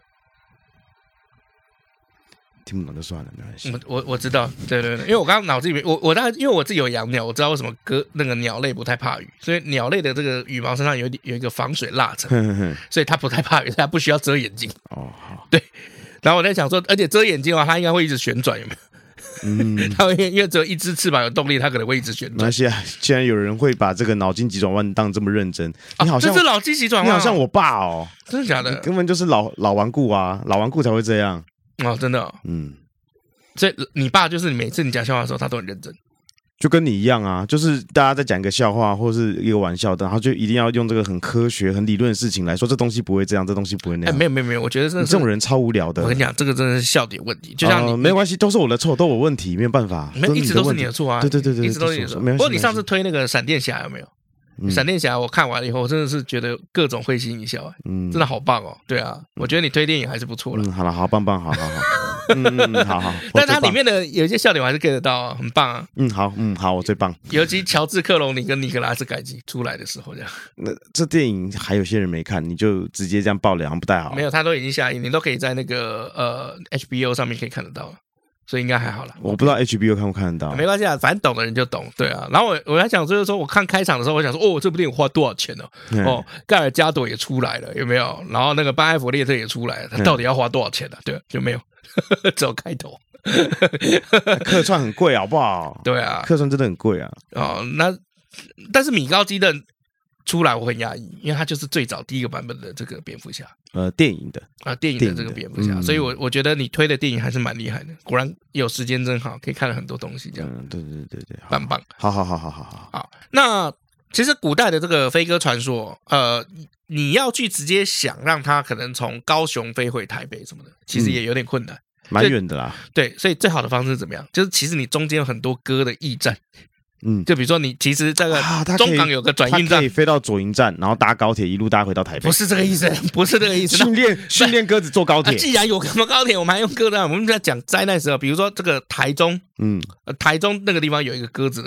听不懂就算了，没关系。 我我我知道，对对对，因为我刚刚脑子里面，我我大概因为我自己有养鸟，我知道为什么鸽那个鸟类不太怕雨，所以鸟类的这个羽毛身上有一有一个防水蜡层，所以它不太怕雨，它不需要遮眼睛。哦，好，对。然后我在想说，而且遮眼睛的话，它应该会一直旋转，有没有？嗯，它会因为只有一只翅膀有动力，它可能会一直旋转。 那现在既然有人会把这个脑筋急转弯当这么认真，你好像、 啊、这是脑筋急转弯、 哦，你好像我爸哦， 真的假的？ 根本就是老老顽固啊，老顽固才会这样哦，真的、哦，嗯，所以你爸就是你每次你讲笑话的时候，他都很认真。 就跟你一样啊，就是大家在讲一个笑话或是一个玩笑的，然后就一定要用这个很科学、很理论的事情来说，这东西不会这样，这东西不会那样。 哎，没有没有没有，我觉得这这种人超无聊的。 我跟你讲，这个真的是笑点问题，就像你、呃、 没关系，都是我的错，都有问题，没有办法， 没一直都是你的错啊。 对对对对， 一直都是你的错。不过你上次推那个闪电侠有没有？嗯、闪电侠我看完了以后，我真的是觉得各种会心一笑，嗯，真的好棒哦。对啊，我觉得你推电影还是不错了。 嗯，好了，好棒棒，好好好。嗯嗯，好好， 但它里面的有一些笑点我还是 get 得到、啊，很棒啊。 嗯，好，嗯好，我最棒。 尤其乔治克隆尼跟尼克拉斯凯奇出来的时候，这样。 那这电影还有些人没看，你就直接这样爆料，不太好。 没有，他都已经下映，你都可以在那个呃 H B O 上面可以看得到了，所以应该还好啦。 我不知道 H B O 看不看得到， 没关系啊，反正懂的人就懂，对啊。然后我我在想，就是说我看开场的时候，我想说，哦，这部电影花多少钱呢、哦？哦，盖尔加朵也出来了，有没有？然后那个班艾弗列特也出来了，他到底要花多少钱呢、啊？对，就没有。只有开头， 客串很贵，好不好？ 对啊， 客串真的很贵啊。 哦，那但是米高基顿出来我很压抑，因为他就是最早第一个版本的这个蝙蝠侠， 呃，电影的啊，电影的这个蝙蝠侠，嗯、所以我我觉得你推的电影还是蛮厉害的。果然有时间真好，可以看了很多东西，这样。 嗯，对对对对， 棒棒。 好好好好好好。 好，那其实古代的这个飞鸽传说，呃。你要去直接想让它可能从高雄飞回台北什么的，其实也有点困难， 蛮远的啦。 对，所以最好的方式是怎么样？就是其实你中间有很多鸽的驿站，嗯，就比如说你其实这个中港有个转运站， 可以飞到左营站，然后搭高铁一路搭回到台北。 不是这个意思，不是这个意思。 训练训练鸽子坐高铁、啊。 既然有什么高铁，我们还用鸽子，我们在讲灾难时候，比如说这个台中，嗯，台中那个地方有一个鸽子的站。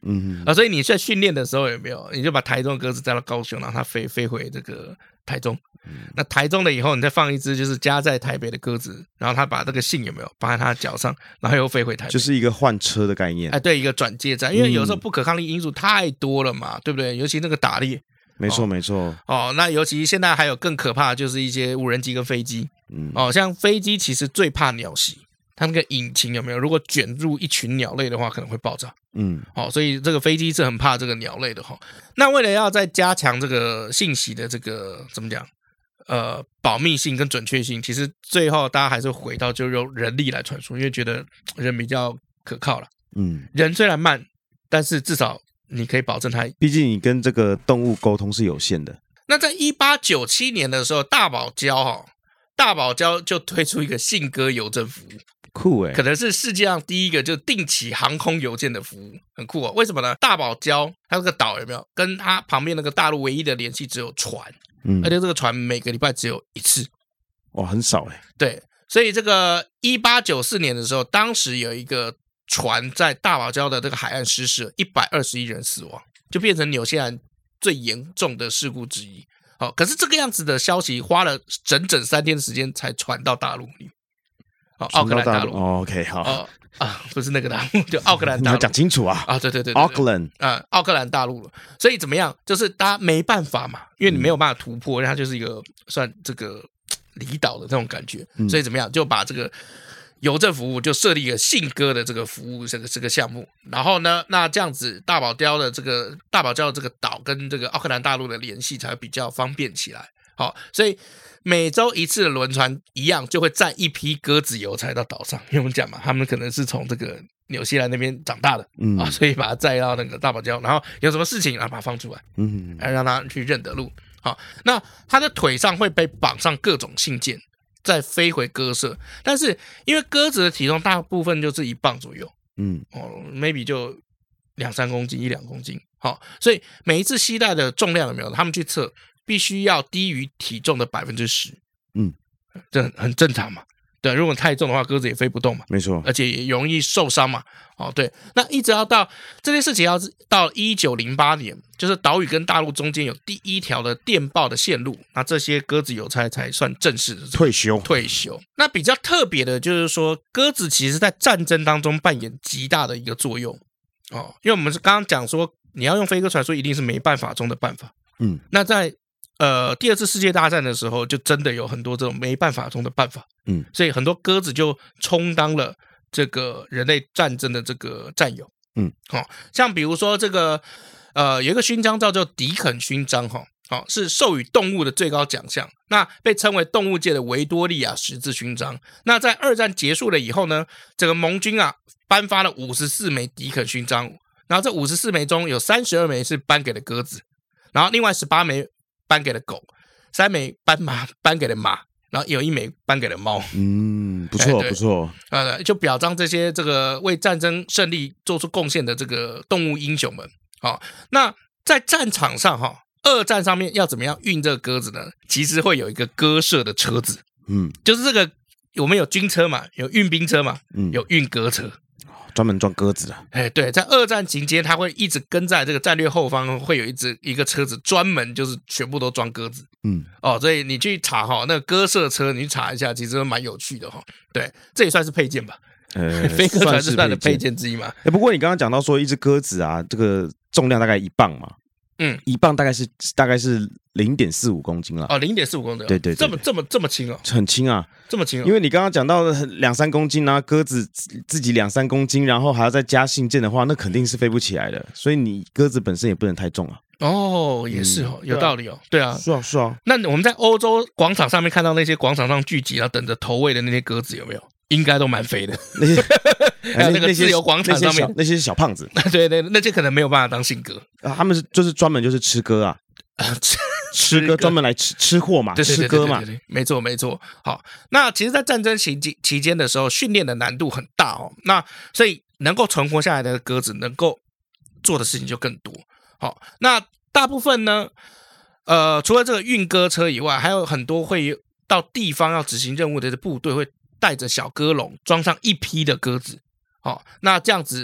嗯啊，所以你在训练的时候有没有，你就把台中的鸽子带到高雄，让它飞飞回这个台中。那台中了以后，你再放一只就是家在台北的鸽子，然后它把这个信有没有放在它的脚上，然后又飞回台北， 就是一个换车的概念。 哎，对，一个转接站，因为有时候不可抗力因素太多了嘛，对不对？尤其那个打猎， 没错没错。 哦，那尤其现在还有更可怕的就是一些无人机跟飞机， 嗯， 哦，像飞机其实最怕鸟袭。它那个引擎有没有？如果卷入一群鸟类的话，可能会爆炸。 嗯， 好、哦，所以这个飞机是很怕这个鸟类的哈、哦。那为了要再加强这个信息的这个怎么讲？呃，保密性跟准确性，其实最后大家还是回到就用人力来传输，因为觉得人比较可靠了。嗯，人虽然慢，但是至少你可以保证它。 毕竟你跟这个动物沟通是有限的。 那在一八九七年的时候，大堡礁哈、哦，大堡礁就推出一个信鸽邮政服务。 酷欸， 可能是世界上第一个就定期航空邮件的服务，很酷哦。为什么呢？大堡礁它这个岛有没有跟它旁边那个大陆唯一的联系只有船，嗯，而且这个船每个礼拜只有一次， 哇，很少哎。 对，所以这个一八九四年的时候，当时有一个船在大堡礁的这个海岸失事，一百二十一人死亡，就变成纽西兰最严重的事故之一。好、哦，可是这个样子的消息花了整整三天的时间才传到大陆里。哦，奥克兰大陆。 哦 ，OK， 好。 哦啊，不是那个大陆，就奥克兰大陆。 你要讲清楚啊！ 啊，对对对， 奥克兰啊，奥克兰大陆。所以怎么样？就是大家没办法嘛，因为你没有办法突破，因为它就是一个算这个离岛的这种感觉， 嗯、 所以怎么样？就把这个邮政服务就设立一个信鸽的这个服务这个这个项目。然后呢，那这样子大堡礁的这个大堡礁的这个岛跟这个奥克兰大陆的联系才会比较方便起来。好，所以每周一次的轮船一样就会载一批鸽子邮差到岛上，因为我们讲嘛，他们可能是从这个纽西兰那边长大的，嗯啊，所以把它载到那个大堡礁，然后有什么事情然后把它放出来，嗯，让它去认得路。好，那它的腿上会被绑上各种信件，再飞回鸽舍。但是因为鸽子的体重大部分就是一磅左右，嗯，哦 ，maybe 就两三公斤，一两公斤，好，所以每一次携带的重量有没有？他们去测。必须要低于体重的百分之十，嗯，这很很正常嘛。对，如果太重的话，鸽子也飞不动嘛， 没错， 而且也容易受伤嘛。哦，对，那一直要到这件事情要到一九零八年，就是岛屿跟大陆中间有第一条的电报的线路，那这些鸽子邮差才算正式的退休。 退休。那比较特别的就是说，鸽子其实在战争当中扮演极大的一个作用哦，因为我们是刚刚讲说，你要用飞鸽传书，一定是没办法中的办法。嗯，那在呃，第二次世界大战的时候，就真的有很多这种没办法中的办法，嗯，所以很多鸽子就充当了这个人类战争的这个战友，嗯，好、哦，像比如说这个呃，有一个勋章叫做迪肯勋章，哈、哦，好、哦，是授予动物的最高奖项，那被称为动物界的维多利亚十字勋章。那在二战结束了以后呢，这个盟军啊颁发了五十四枚迪肯勋章，然后这五十四枚中有三十二枚是颁给了鸽子，然后另外十八枚颁给了狗，三枚颁马颁给了马，然后有一枚颁给了猫。 嗯，不错、哎、不错。 呃，就表彰这些这个为战争胜利做出贡献的这个动物英雄们。好、哦，那在战场上哈、哦，二战上面要怎么样运这个鸽子呢？其实会有一个鸽舍的车子，嗯，就是这个我们有军车嘛，有运兵车嘛，嗯，有运鸽车。 专门装鸽子的， 哎，对，在二战期间，它会一直跟在这个战略后方，会有一只一个车子，专门就是全部都装鸽子，嗯，哦，所以你去查哈，那个鸽舍车，你去查一下，其实蛮有趣的哈。对，这也算是配件吧，呃，飞鸽传是它的配件之一嘛。 哎，不过你刚刚讲到说，一只鸽子啊，这个重量大概一磅嘛，嗯，一磅大概是大概是零点四五公斤了。 哦，零点四五公斤， 对对， 这么这么这么轻哦， 很轻啊。 这么轻、哦， 因为你刚刚讲到两三公斤啊，鸽子自己两三公斤，然后还要再加信件的话，那肯定是飞不起来的。所以你鸽子本身也不能太重啊。 哦，也是哦，嗯、有道理哦。对啊， 是啊，是啊。 那我们在欧洲广场上面看到那些广场上聚集然后等着投喂的那些鸽子，有没有？应该都蛮肥的。 那些还有那个自由广场上面那些小胖子， 对对，那些可能没有办法当信鸽啊，他们是就是专门就是吃鸽啊。吃鸽专门来吃吃货嘛， 对对对对对对对吃鸽嘛， 没错没错。好，那其实，在战争期期间的时候，训练的难度很大哦。那所以能够存活下来的鸽子，能够做的事情就更多。好，那大部分呢，呃，除了这个运鸽车以外，还有很多会到地方要执行任务的部队，会带着小鸽笼，装上一批的鸽子。好，那这样子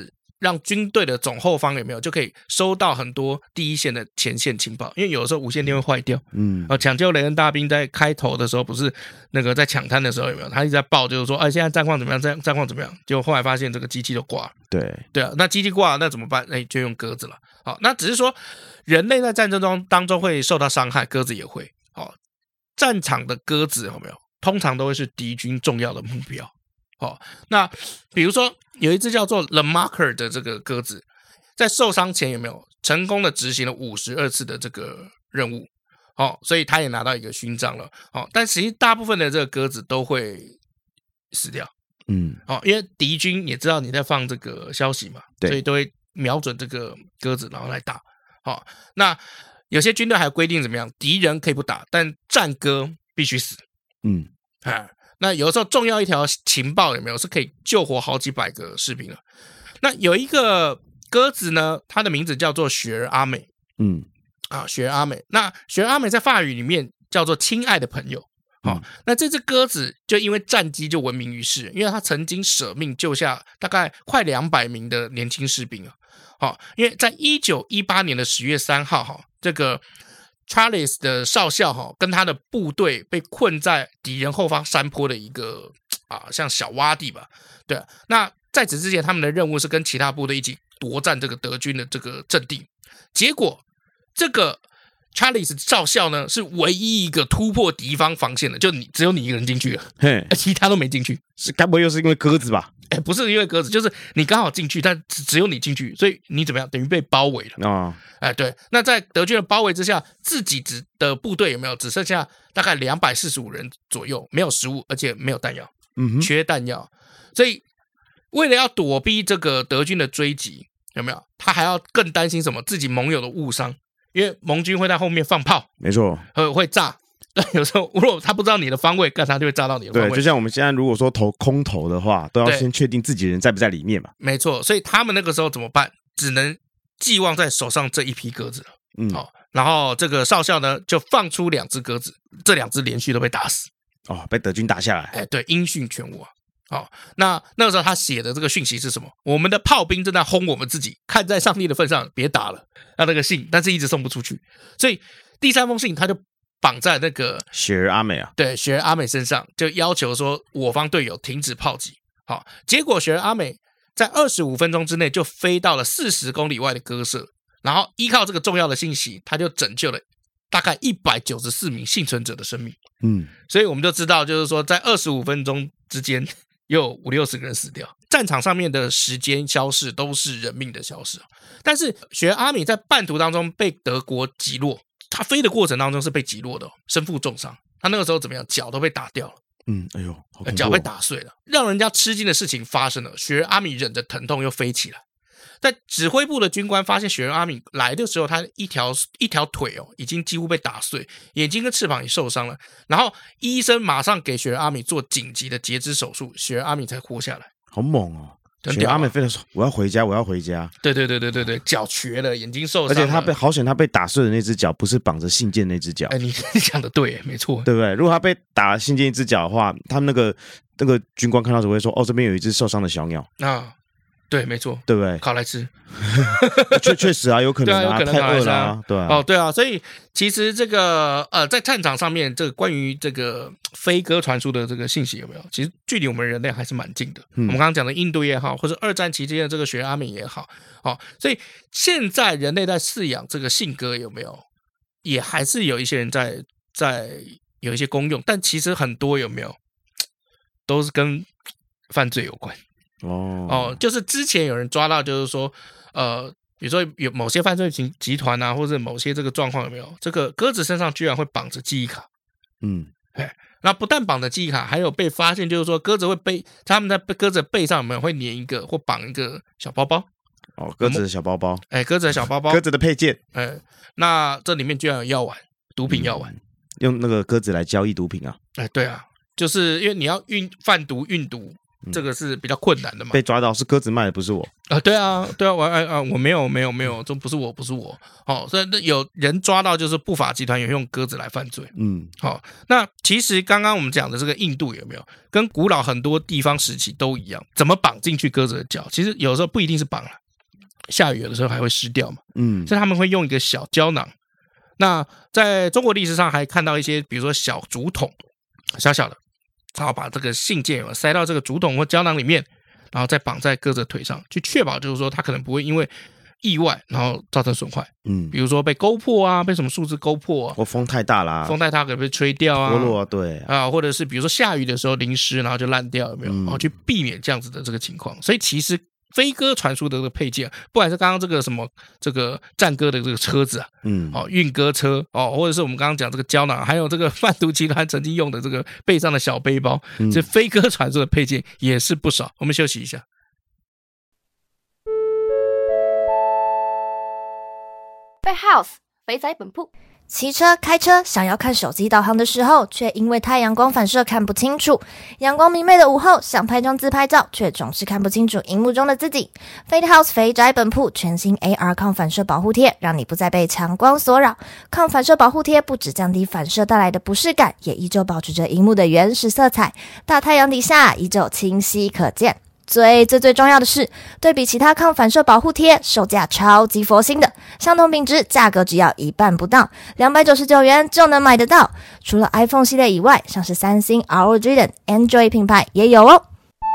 让军队的总后方有没有就可以收到很多第一线的前线情报，因为有的时候无线电会坏掉， 嗯， 呃，抢救雷恩大兵在开头的时候不是那个在抢滩的时候有没有，他一直在报就是说，哎，现在战况怎么样，战战况怎么样，结果后来发现这个机器都挂了， 对对啊，那机器挂了那怎么办？哎，就用鸽子了。好，那只是说人类在战争中当中会受到伤害，鸽子也会。好，战场的鸽子有没有？通常都会是敌军重要的目标。好，那比如说有一只叫做 The Marker 的这个鸽子，在受伤前有没有成功的执行了五十二次的这个任务？哦，所以他也拿到一个勋章了。哦，但实际大部分的这个鸽子都会死掉。 嗯， 哦，因为敌军也知道你在放这个消息嘛， 对， 所以都会瞄准这个鸽子，然后来打。好、哦，那有些军队还规定怎么样？敌人可以不打，但战鸽必须死。 嗯， 啊，那有的时候重要一条情报有没有是可以救活好几百个士兵了？那有一个鸽子呢，它的名字叫做雪儿阿美。 嗯， 啊，雪儿阿美。那雪儿阿美在法语里面叫做亲爱的朋友。好、哦，那这只鸽子就因为战绩就闻名于世，因为它曾经舍命救下大概快两百名的年轻士兵啊。好、哦，因为在一九一八年的十月三号，哈，这个 Charles 的少校哈跟他的部队被困在敌人后方山坡的一个啊像小洼地吧。对，那在此之前，他们的任务是跟其他部队一起夺占这个德军的这个阵地。结果这个 Charles 少校呢是唯一一个突破敌方防线的，就你只有你一个人进去了， 嘿， 其他都没进去。 是该不会又是因为鸽子吧？ 哎，不是因为鸽子，就是你刚好进去，但只有你进去，所以你怎么样？等于被包围了。 哦， 哎，对。那在德军的包围之下，自己只的部队有没有只剩下大概两百四十五人左右，没有食物，而且没有弹药， 嗯哼， 缺弹药。所以为了要躲避这个德军的追击，有没有？他还要更担心什么？自己盟友的误伤，因为盟军会在后面放炮， 没错， 呃，会炸。对，有时候如果他不知道你的方位，干他就会炸到你的方位。 对，就像我们现在如果说投空投的话，都要先确定自己人在不在里面嘛。 没错，所以他们那个时候怎么办？只能寄望在手上这一批鸽子了。 嗯， 好、哦，然后这个少校呢就放出两只鸽子，这两只连续都被打死。 哦，被德军打下来。 哎，对，音讯全无啊。好、哦，那那个时候他写的这个讯息是什么？我们的炮兵正在轰我们自己，看在上帝的份上，别打了。那那个信，但是一直送不出去，所以第三封信他就绑在那个雪儿阿美啊， 对，雪儿阿美身上，就要求说我方队友停止炮击。好，结果雪儿阿美在二十五分钟之内就飞到了四十公里外的鸽舍，然后依靠这个重要的信息，他就拯救了大概一百九十四名幸存者的生命。 嗯， 所以我们就知道，就是说在二十五分钟之间，又有五六十个人死掉。战场上面的时间消逝都是人命的消逝，但是雪儿阿美在半途当中被德国击落。他飞的过程当中是被击落的、哦，身负重伤。他那个时候怎么样？脚都被打掉了。 嗯，哎呦，好恐怖哦， 脚被打碎了。让人家吃惊的事情发生了，雪儿阿米忍着疼痛又飞起来。在指挥部的军官发现雪儿阿米来的时候，他一条一条腿哦已经几乎被打碎，眼睛跟翅膀也受伤了。然后医生马上给雪儿阿米做紧急的截肢手术，雪儿阿米才活下来。 好猛哦！ 雪阿美飞的时候，我要回家，我要回家。 对对对对对对，脚瘸了，眼睛受伤了， 而且他被好险，他被打碎的那只脚不是绑着信件那只脚。 哎，你你讲的对，没错， 对不对？如果他被打信件一只脚的话，他们那个那个军官看到只会说：“哦，这边有一只受伤的小鸟。” 啊，对，没错， 对不对？ 烤来吃， 确确实啊，有可能啊， 对啊，有可能太饿了啊，对啊。 哦，对啊，所以其实这个呃，在战场上面，这个关于这个飞鸽传书的这个信息有没有？其实距离我们人类还是蛮近的。嗯、我们刚刚讲的印度也好，或者二战期间的这个雪阿美也好，哦，所以现在人类在饲养这个信鸽有没有？也还是有一些人在在有一些功用，但其实很多有没有都是跟犯罪有关。 哦哦，就是之前有人抓到，就是说，呃，比如说有某些犯罪集集团啊，或者某些这个状况有没有？这个鸽子身上居然会绑着记忆卡， 嗯， 哎，那不但绑着记忆卡，还有被发现，就是说鸽子会背，他们在鸽子的背上有没有会粘一个或绑一个小包包？ 哦，鸽子的小包包， 哎，鸽子的小包包， 鸽子的配件， 哎，那这里面居然有药丸，毒品药丸， 嗯、用那个鸽子来交易毒品啊？ 哎，对啊，就是因为你要运贩毒运毒。这个是比较困难的嘛？ 被抓到是鸽子卖的，不是我啊、呃！对啊，对啊，我啊啊，我没有，没有，没有，这不是我，不是我。哦，所以有人抓到，就是不法集团有用鸽子来犯罪。 嗯， 好、哦，那其实刚刚我们讲的这个印度有没有跟古老很多地方时期都一样？怎么绑进去鸽子的脚？其实有时候不一定是绑了， 下雨有的时候还会湿掉嘛， 嗯， 所以他们会用一个小胶囊。那在中国历史上还看到一些，比如说小竹筒，小小的，然后把这个信件有塞到这个竹筒或胶囊里面，然后再绑在鸽子的腿上，去确保就是说它可能不会因为意外然后造成损坏。嗯，比如说被勾破啊，被什么树枝勾破啊， 或风太大啦， 风太大可能被吹掉啊， 脱落啊，对啊，或者是比如说下雨的时候淋湿，然后就烂掉，有没有？然后去避免这样子的这个情况。所以其实飞鸽传书的这个配件，不管是刚刚这个什么这个战歌的这个车子啊，嗯，哦，运鸽车哦，或者是我们刚刚讲这个胶囊，还有这个贩毒集团曾经用的这个背上的小背包，嗯、这飞鸽传书的配件也是不少。我们休息一下。 House 肥仔本铺。骑车、开车想要看手机导航的时候，却因为太阳光反射看不清楚；阳光明媚的午后，想拍张自拍照，却总是看不清楚荧幕中的自己。Fade House 肥宅本铺全新 A R 抗反射保护贴，让你不再被强光所扰。抗反射保护贴不只降低反射带来的不适感，也依旧保持着荧幕的原始色彩，大太阳底下依旧清晰可见。最最最重要的是，对比其他抗反射保护贴，售价超级佛心的，相同品质，价格只要一半不到，两百九十九元就能买得到。除了 iPhone 系列以外，像是三星、R O G 等 Android 品牌也有哦。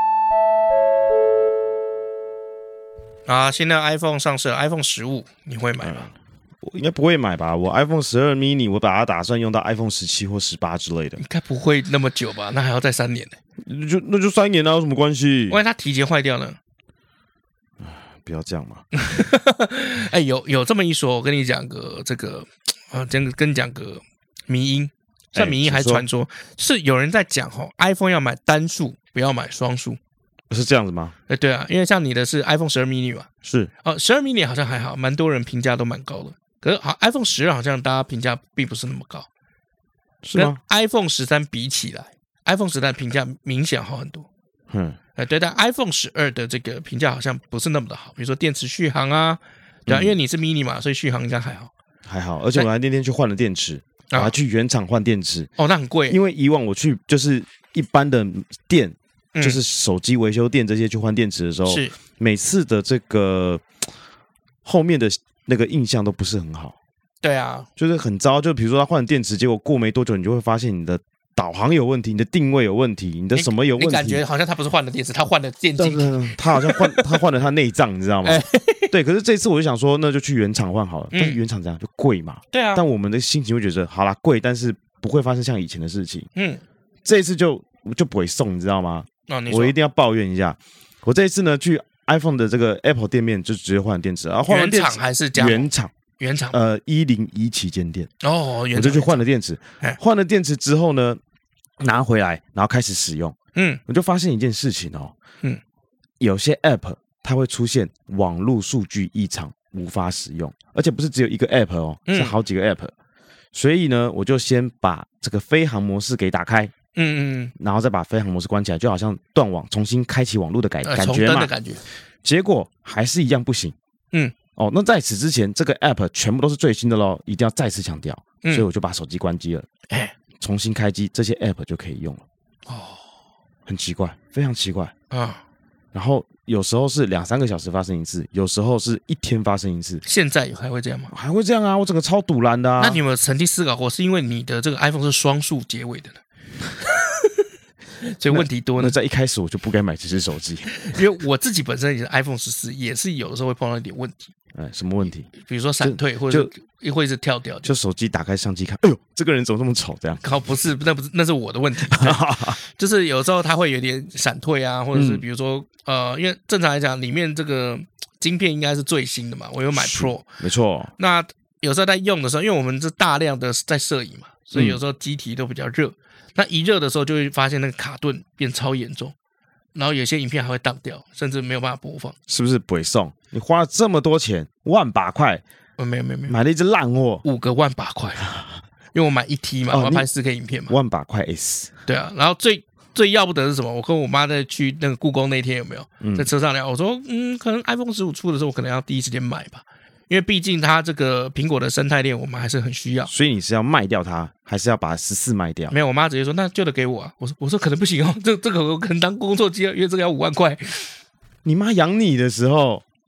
啊，现在 iPhone 上市了 ，iPhone 十五你会买吗？嗯， 我应该不会买吧？我 iPhone 十二 mini 我把它打算用到 iPhone 十七或十八之类的，应该不会那么久吧？那还要再三年呢。 就那就三年啊，有什么关系？ 万一它提前坏掉呢？ 不要这样嘛！ 哎，有有这么一说，我跟你讲个这个，啊，跟跟你讲个迷因，算迷因还是传说？是有人在讲哦 ，iPhone 要买单数，不要买双数， 是这样子吗？ 哎，对啊，因为像你的是 iPhone 十二 mini 嘛， 是哦，十二 mini 好像还好，蛮多人评价都蛮高的。可是好 ，iPhone 十二好像大家评价并不是那么高， 是吗？ 跟 iPhone 十三比起来。iPhone 十三评价明显好很多，嗯，哎，对，但 iPhone 十二的这个评价好像不是那么的好，比如说电池续航啊，对啊，嗯、因为你是 mini 嘛，所以续航应该还好， 还好，而且我还那天去换了电池，我还去原厂换电池， 哦，那很贵， 因为以往我去就是一般的店，嗯、就是手机维修店这些去换电池的时候，是每次的这个后面的那个印象都不是很好， 对啊， 就是很糟，就比如说他换电池，结果过没多久，你就会发现你的导航有问题，你的定位有问题，你的什么有问题？ 你感觉好像他不是换了电池，他换了电竞， 他好像换他换了他内脏，你知道吗？对，可是这次我就想说，那就去原厂换好了。但是原厂这样就贵嘛？ 对啊。 但我们的心情会觉得，好啦，贵，但是不会发生像以前的事情。嗯，这一次就就不会送，你知道吗？ 哦，你我一定要抱怨一下。我这一次呢，去 iPhone 的这个 Apple 店面就直接换电池，然后换完电池原厂还是加原厂。 原厂呃一零一旗舰店哦， 我就去换了电池。换了电池之后呢？拿回来，然后开始使用，嗯，我就发现一件事情哦，嗯，有些 App 它会出现网络数据异常，无法使用，而且不是只有一个 App 哦，是好几个 App，、嗯、所以呢，我就先把这个飞航模式给打开，嗯嗯，然后再把飞航模式关起来，就好像断网，重新开启网络的感、呃、感觉嘛， 的感觉， 结果还是一样不行，嗯，哦，那在此之前，这个 App 全部都是最新的咯，一定要再次强调，嗯、所以我就把手机关机了，哎。重新开机，这些 App 就可以用了。哦，很奇怪，非常奇怪啊。然后有时候是两三个小时发生一次，有时候是一天发生一次。 现在还会这样吗？ 还会这样啊！我整个超堵拦的啊。 那你有没有曾经思考过，是因为你的这个 iPhone 是双数结尾的呢？所以问题多呢。 那在一开始我就不该买这只手机， 因为我自己本身也是 iPhone 十四，也是有的时候会碰到一点问题。 哎，什么问题？ 比如说闪退，或者一会是跳掉， 就手机打开相机看，哎呦，这个人怎么这么丑？这样？ 靠，不是，那不是，那是我的问题。就是有时候它会有点闪退啊，或者是比如说、嗯、呃，因为正常来讲，里面这个晶片应该是最新的嘛，我有买 Pro， 没错。 那有时候在用的时候，因为我们是大量的在摄影嘛，所以有时候机体都比较热。嗯、那一热的时候，就会发现那个卡顿变超严重。然后有些影片还会当掉，甚至没有办法播放， 是不是不会送？你花了这么多钱，万把块， 呃，没有没有没有， 买了一只烂货， 五个万把块，因为我买一 T 嘛，哦、我要拍四 K 影片嘛， 万把块 S， 对啊。然后最最要不得是什么？我跟我妈在去那个故宫那天有没有、嗯、在车上聊？我说，嗯，可能 iPhone 十五出的时候，我可能要第一时间买吧。因为毕竟它这个苹果的生态链，我们还是很需要。 所以你是要卖掉它，还是要把十四卖掉？ 没有，我妈直接说那旧的给我啊。我说我说可能不行哦，这这个我可能当工作机，因为这个要五万块。 你妈养你的时候，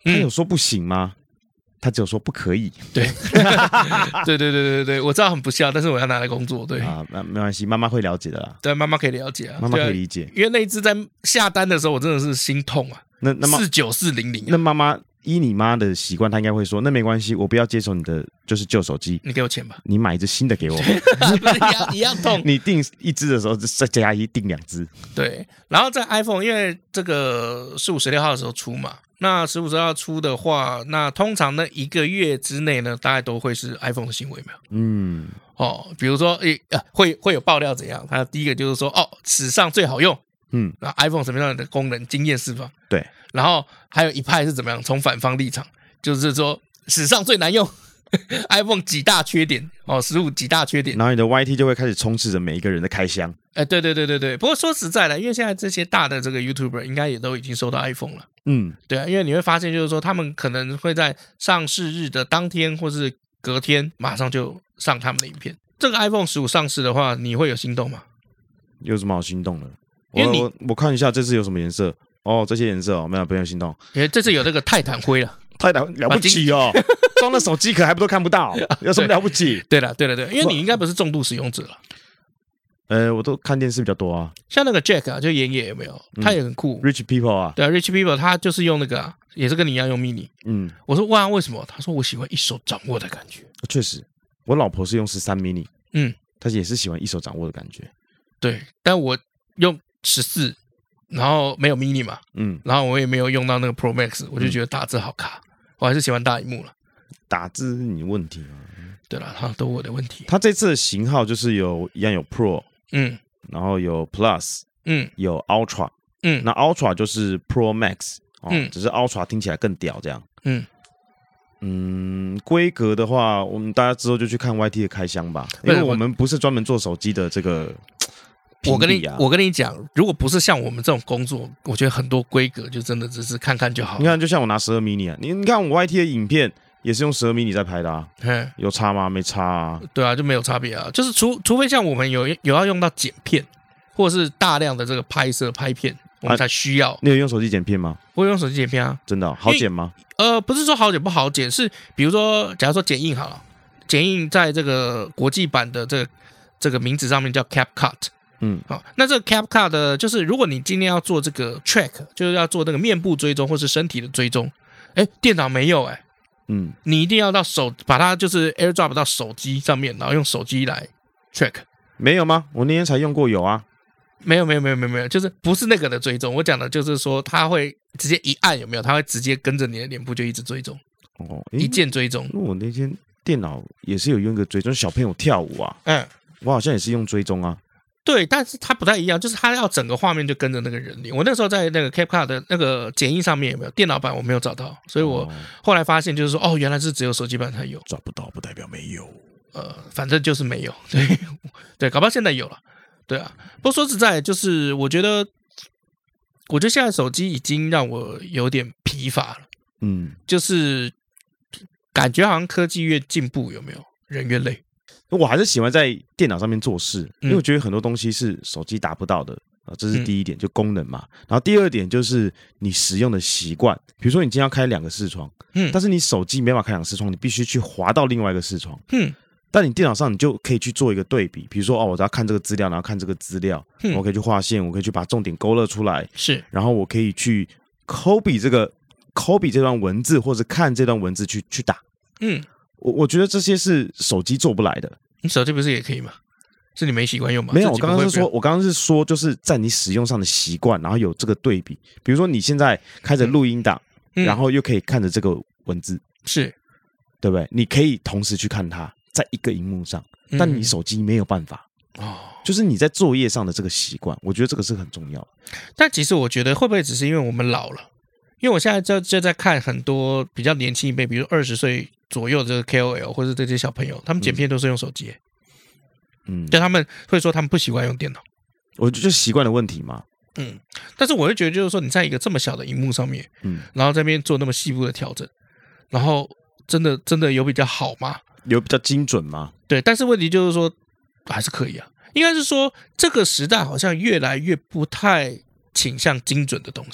他有说不行吗？他只有说不可以。 对，对对对对对，我知道很不孝，但是我要拿来工作。对啊，那没关系，妈妈会了解的啦。 对，妈妈可以了解啊， 妈妈可以理解。 因为那一只在下单的时候，我真的是心痛啊。 那那四九四零零， 那妈妈依你妈的习惯，她应该会说：“那没关系，我不要接手你的就是旧手机， 你给我钱吧， 你买一只新的给我。” 不是一样一样痛。 你订一只的时候，再加一订两只。 对，然后在 iPhone， 因为这个十五、十六号的时候出嘛。那十五、十六号出的话，那通常呢一个月之内呢，大概都会是 iPhone 的新闻，有没有？嗯，哦，比如说，诶、呃，会会有爆料怎样？它第一个就是说，哦，史上最好用，嗯，那 iPhone 什么样的功能惊艳四方？ 对， 然后还有一派是怎么样？从反方立场，就是说史上最难用，iPhone 几大缺点哦，十五几大缺点， 然后你的 Y T 就会开始充斥着每一个人的开箱。 哎，对对对对对，不过说实在的，因为现在这些大的这个 YouTuber 应该也都已经收到 iPhone 了，嗯，对啊，因为你会发现就是说，他们可能会在上市日的当天或是隔天马上就上他们的影片。这个 iPhone 十五上市的话，你会有心动吗？ 有什么好心动的？ 因为你我, 我, 我看一下这次有什么颜色哦，这些颜色哦，没有不用心动。 因为这次有这个泰坦灰了， 泰坦了不起哦，装了手机壳还不都看不到，有什么了不起？ 对了对了对了，因为你应该不是重度使用者了。 呃，我都看电视比较多啊， 像那个 Jack 啊，就岩野有没有？他也很酷、 嗯、，Rich People 啊， 对啊 ，Rich People 他就是用那个、啊，也是跟你一样用 mini。嗯，我说哇，为什么？他说我喜欢一手掌握的感觉。 确实，我老婆是用十三 mini， 嗯，她也是喜欢一手掌握的感觉。 对，但我用十四，然后没有 mini 嘛，嗯，然后我也没有用到那个 Pro Max， 我就觉得打字好卡，嗯、我还是喜欢大萤幕了。 打字是你问题吗？ 对了，它都我的问题。 它这次的型号就是有一样有 Pro。嗯，然后有 Plus， 嗯，有 Ultra， 嗯，那 Ultra 就是 Pro Max， 哦、嗯，只是 Ultra 听起来更屌这样，嗯嗯，规格的话，我们大家之后就去看 Y T 的开箱吧，因为我们不是专门做手机的这个、啊。 我跟你我跟你讲，如果不是像我们这种工作，我觉得很多规格就真的只是看看就好。 你看，就像我拿十二 mini 啊，你你看我 Y T 的影片。也是用十二 mini 在拍的啊，有差吗？没差啊。对啊，就没有差别啊。就是除除非像我们有有要用到剪片，或者是大量的这个拍摄拍片，我们才需要。啊、 你有用手机剪片吗？ 我有用手机剪片啊。 真的、哦、好剪吗？ 呃，不是说好剪不好剪，是比如说，假如说剪映好了，剪映在这个国际版的这个这个名字上面叫 CapCut。嗯，好，那这个 CapCut 的，就是如果你今天要做这个 track， 就是要做那个面部追踪或是身体的追踪，哎，电脑没有哎、欸。嗯，你一定要到手把它就是 AirDrop 到手机上面，然后用手机来 track。 没有吗？我那天才用过，有啊。 没有没有没有没有没有，就是不是那个的追踪。我讲的就是说，它会直接一按有没有？它会直接跟着你的脸部就一直追踪。哦，一键追踪。 我那天电脑也是有用一个追踪，小朋友跳舞啊。嗯，我好像也是用追踪啊。 对，但是它不太一样，就是它要整个画面就跟着那个人脸。我那时候在那个 CapCut 的那个剪映上面有没有电脑版我没有找到，所以我后来发现就是说，哦，原来是只有手机版才有。 找不到不代表没有， 呃，反正就是没有。对对，搞不好现在有了。对啊，不过说实在，就是我觉得，我觉得现在手机已经让我有点疲乏了。嗯，就是感觉好像科技越进步，有没有人越累。 我还是喜欢在电脑上面做事，因为我觉得很多东西是手机达不到的啊，这是第一点，就功能嘛。然后第二点就是你使用的习惯，比如说你今天要开两个视窗，嗯，但是你手机没办法开两个视窗，你必须去滑到另外一个视窗，嗯，但你电脑上你就可以去做一个对比，比如说哦，我要看这个资料，然后看这个资料，嗯，我可以去画线，我可以去把重点勾勒出来， 是， 然后我可以去 copy 这个 copy 这段文字，或者看这段文字去去打，嗯。我我觉得这些是手机做不来的。 你手机不是也可以吗？是你没习惯用吗？ 没有，我刚刚是说，我刚刚是说，就是在你使用上的习惯，然后有这个对比。比如说你现在开着录音档，嗯、然后又可以看着这个文字， 是， 对不对？你可以同时去看它，在一个荧幕上，但你手机没有办法。哦，就是你在作业上的这个习惯，我觉得这个是很重要的。 但其实我觉得会不会只是因为我们老了？因为我现在就就在看很多比较年轻一辈，比如二十岁左右的这个 K O L 或者这些小朋友，他们剪片都是用手机、欸，嗯，就他们会说他们不习惯用电脑， 我觉得就习惯的问题嘛， 嗯，但是我会觉得就是说你在一个这么小的荧幕上面，嗯，然后这边做那么细部的调整，然后真的真的有比较好吗？ 有比较精准吗？ 对，但是问题就是说还是可以啊，应该是说这个时代好像越来越不太倾向精准的东西。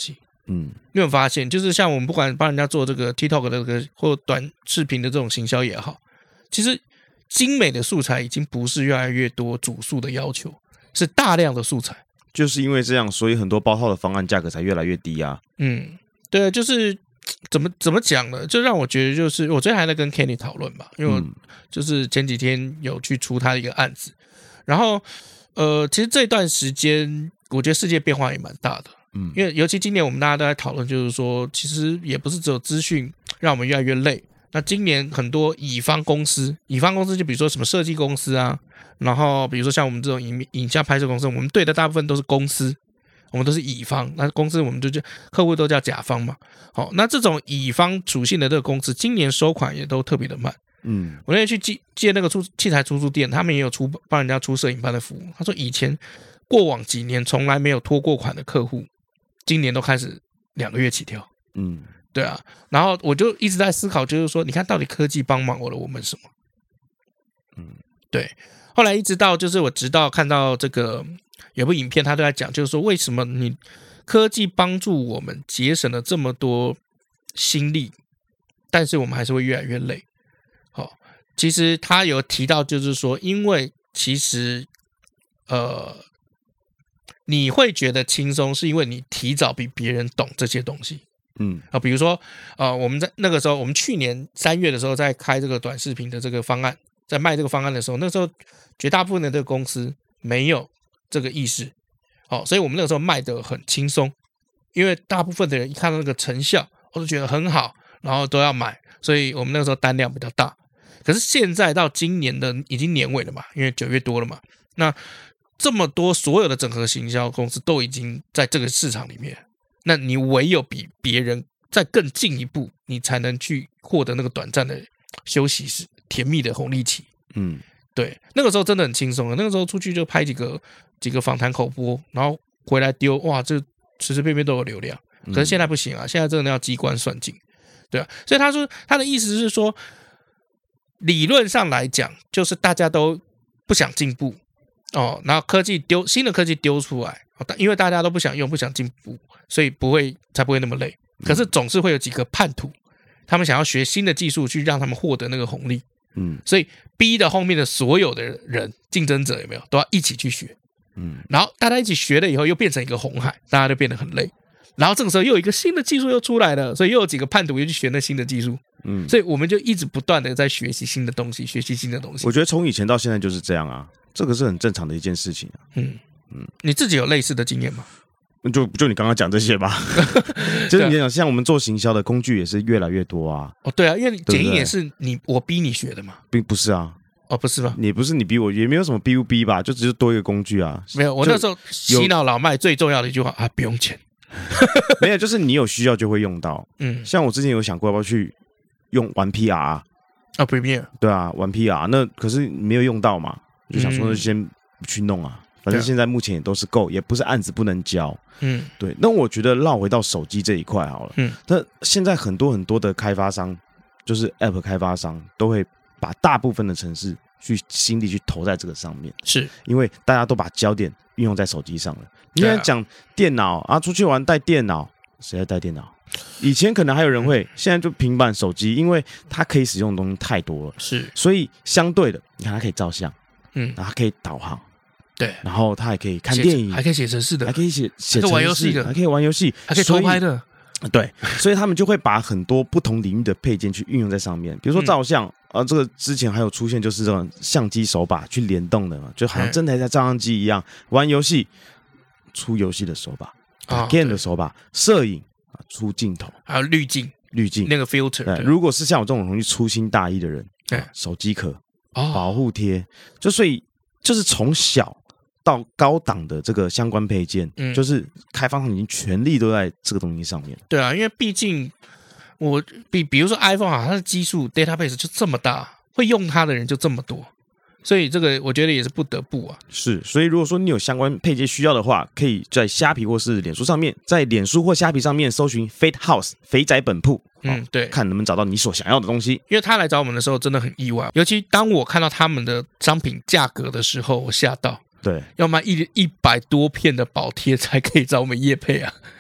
嗯， 你有没有发现，就是像我们不管帮人家做这个 TikTok 的这个或短视频的这种行销也好，其实精美的素材已经不是越来越多主诉的要求，是大量的素材。 就是因为这样，所以很多包套的方案价格才越来越低啊。 嗯，对，就是怎么怎么讲呢？就让我觉得，就是我昨天还在跟 Kenny 讨论吧，因为我就是前几天有去出他的一个案子，然后呃，其实这段时间我觉得世界变化也蛮大的。嗯，因为尤其今年我们大家都在讨论，就是说，其实也不是只有资讯让我们越来越累。那今年很多乙方公司，乙方公司就比如说什么设计公司啊，然后比如说像我们这种影影像拍摄公司，我们对的大部分都是公司，我们都是乙方，那公司我们就叫客户都叫甲方嘛。好，那这种乙方属性的这个公司，今年收款也都特别的慢。嗯，我那天去借借那个出器材出租店，他们也有出帮人家出摄影班的服务。他说以前过往几年从来没有拖过款的客户，今年都开始两个月起跳。嗯，对啊。然后我就一直在思考，就是说，你看到底科技帮忙了我们什么？嗯，对。后来一直到就是我直到看到这个有部影片，他都在讲，就是说为什么你科技帮助我们节省了这么多心力，但是我们还是会越来越累。好，其实他有提到，就是说，因为其实呃，你会觉得轻松，是因为你提早比别人懂这些东西。嗯啊，比如说呃，我们在那个时候，我们去年三月的时候在开这个短视频的这个方案，在卖这个方案的时候，那时候绝大部分的这个公司没有这个意识，好，所以我们那个时候卖得很轻松，因为大部分的人一看到那个成效，我都觉得很好，然后都要买，所以我们那个时候单量比较大。可是现在到今年的已经年尾了嘛，因为九月多了嘛，那这么多所有的整合行销公司都已经在这个市场里面，那你唯有比别人再更进一步，你才能去获得那个短暂的休息时甜蜜的红利期。嗯，对，那个时候真的很轻松了，那个时候出去就拍几个几个访谈口播，然后回来丢，哇，这随随便便都有流量。可是现在不行啊，现在真的要机关算尽，对啊。所以他说他的意思是说，理论上来讲，就是大家都不想进步哦，然后科技丢新的科技丢出来，因为大家都不想用，不想进步，所以不会才不会那么累。可是总是会有几个叛徒，他们想要学新的技术去让他们获得那个红利。嗯，所以逼的后面的所有的人竞争者有没有都要一起去学。嗯，然后大家一起学了以后，又变成一个红海，大家就变得很累。然后这个时候又有一个新的技术又出来了，所以又有几个叛徒又去学那新的技术。嗯，所以我们就一直不断的在学习新的东西，学习新的东西。 我觉得从以前到现在就是这样啊，这个是很正常的一件事情啊。 嗯嗯，你自己有类似的经验吗？ 就就你刚刚讲这些吧，就是你讲像我们做行销的工具也是越来越多啊。 哦，对啊，因为剪映也是你我逼你学的嘛， 并不是啊。 哦，不是吗？ 你不是你逼我，也没有什么逼不逼吧，就只是多一个工具啊。 没有，我那时候洗脑老麦最重要的一句话啊，不用钱。 没有，就是你有需要就会用到。嗯，像我之前有想过要不要去用玩 P R 啊 ，Premiere， 对啊，玩 P R， 那可是没有用到嘛，就想说先去弄啊。反正现在目前也都是够，也不是案子不能交。嗯，对。那我觉得绕回到手机这一块好了。嗯，那现在很多很多的开发商，就是 App 开发商，都会把大部分的程式去心力去投在这个上面， 是因为大家都把焦点运用在手机上了。你现在讲电脑啊，出去玩带电脑，谁在带电脑？以前可能还有人会，现在就平板手机，因为它可以使用的东西太多了， 是， 所以相对的，你看它可以照相，嗯，然后它可以导航。 对， 然后他还可以看电影， 还可以写程式的， 还可以写写程式，还可以玩游戏的， 还可以玩游戏， 还可以偷拍的。 对，所以他们就会把很多不同领域的配件去运用在上面，比如说照相，啊、嗯呃，这个之前还有出现就是这种相机手把去联动的嘛，就好像真的在照相机一样。玩游戏出游戏的手把，打 game 的手把，摄影啊出镜头， 还有滤镜， 滤镜那个 filter。对， 如果是像我这种容易粗心大意的人，对、啊，手机壳、哦、保护贴，就所以就是从小到高档的这个相关配件，嗯，就是开发商已经全力都在这个东西上面。 对啊，因为毕竟我比比如说 iPhone 啊，它的基数 database 就这么大，会用它的人就这么多，所以这个我觉得也是不得不啊。 是，所以如果说你有相关配件需要的话，可以在虾皮或是脸书上面，在脸书或虾皮上面搜寻 Fate House 肥宅本铺。 嗯，对， 看能不能找到你所想要的东西。 因为他来找我们的时候真的很意外，尤其当我看到他们的商品价格的时候，我吓到。 对， 要卖一一百多片的保贴才可以找我们业配啊！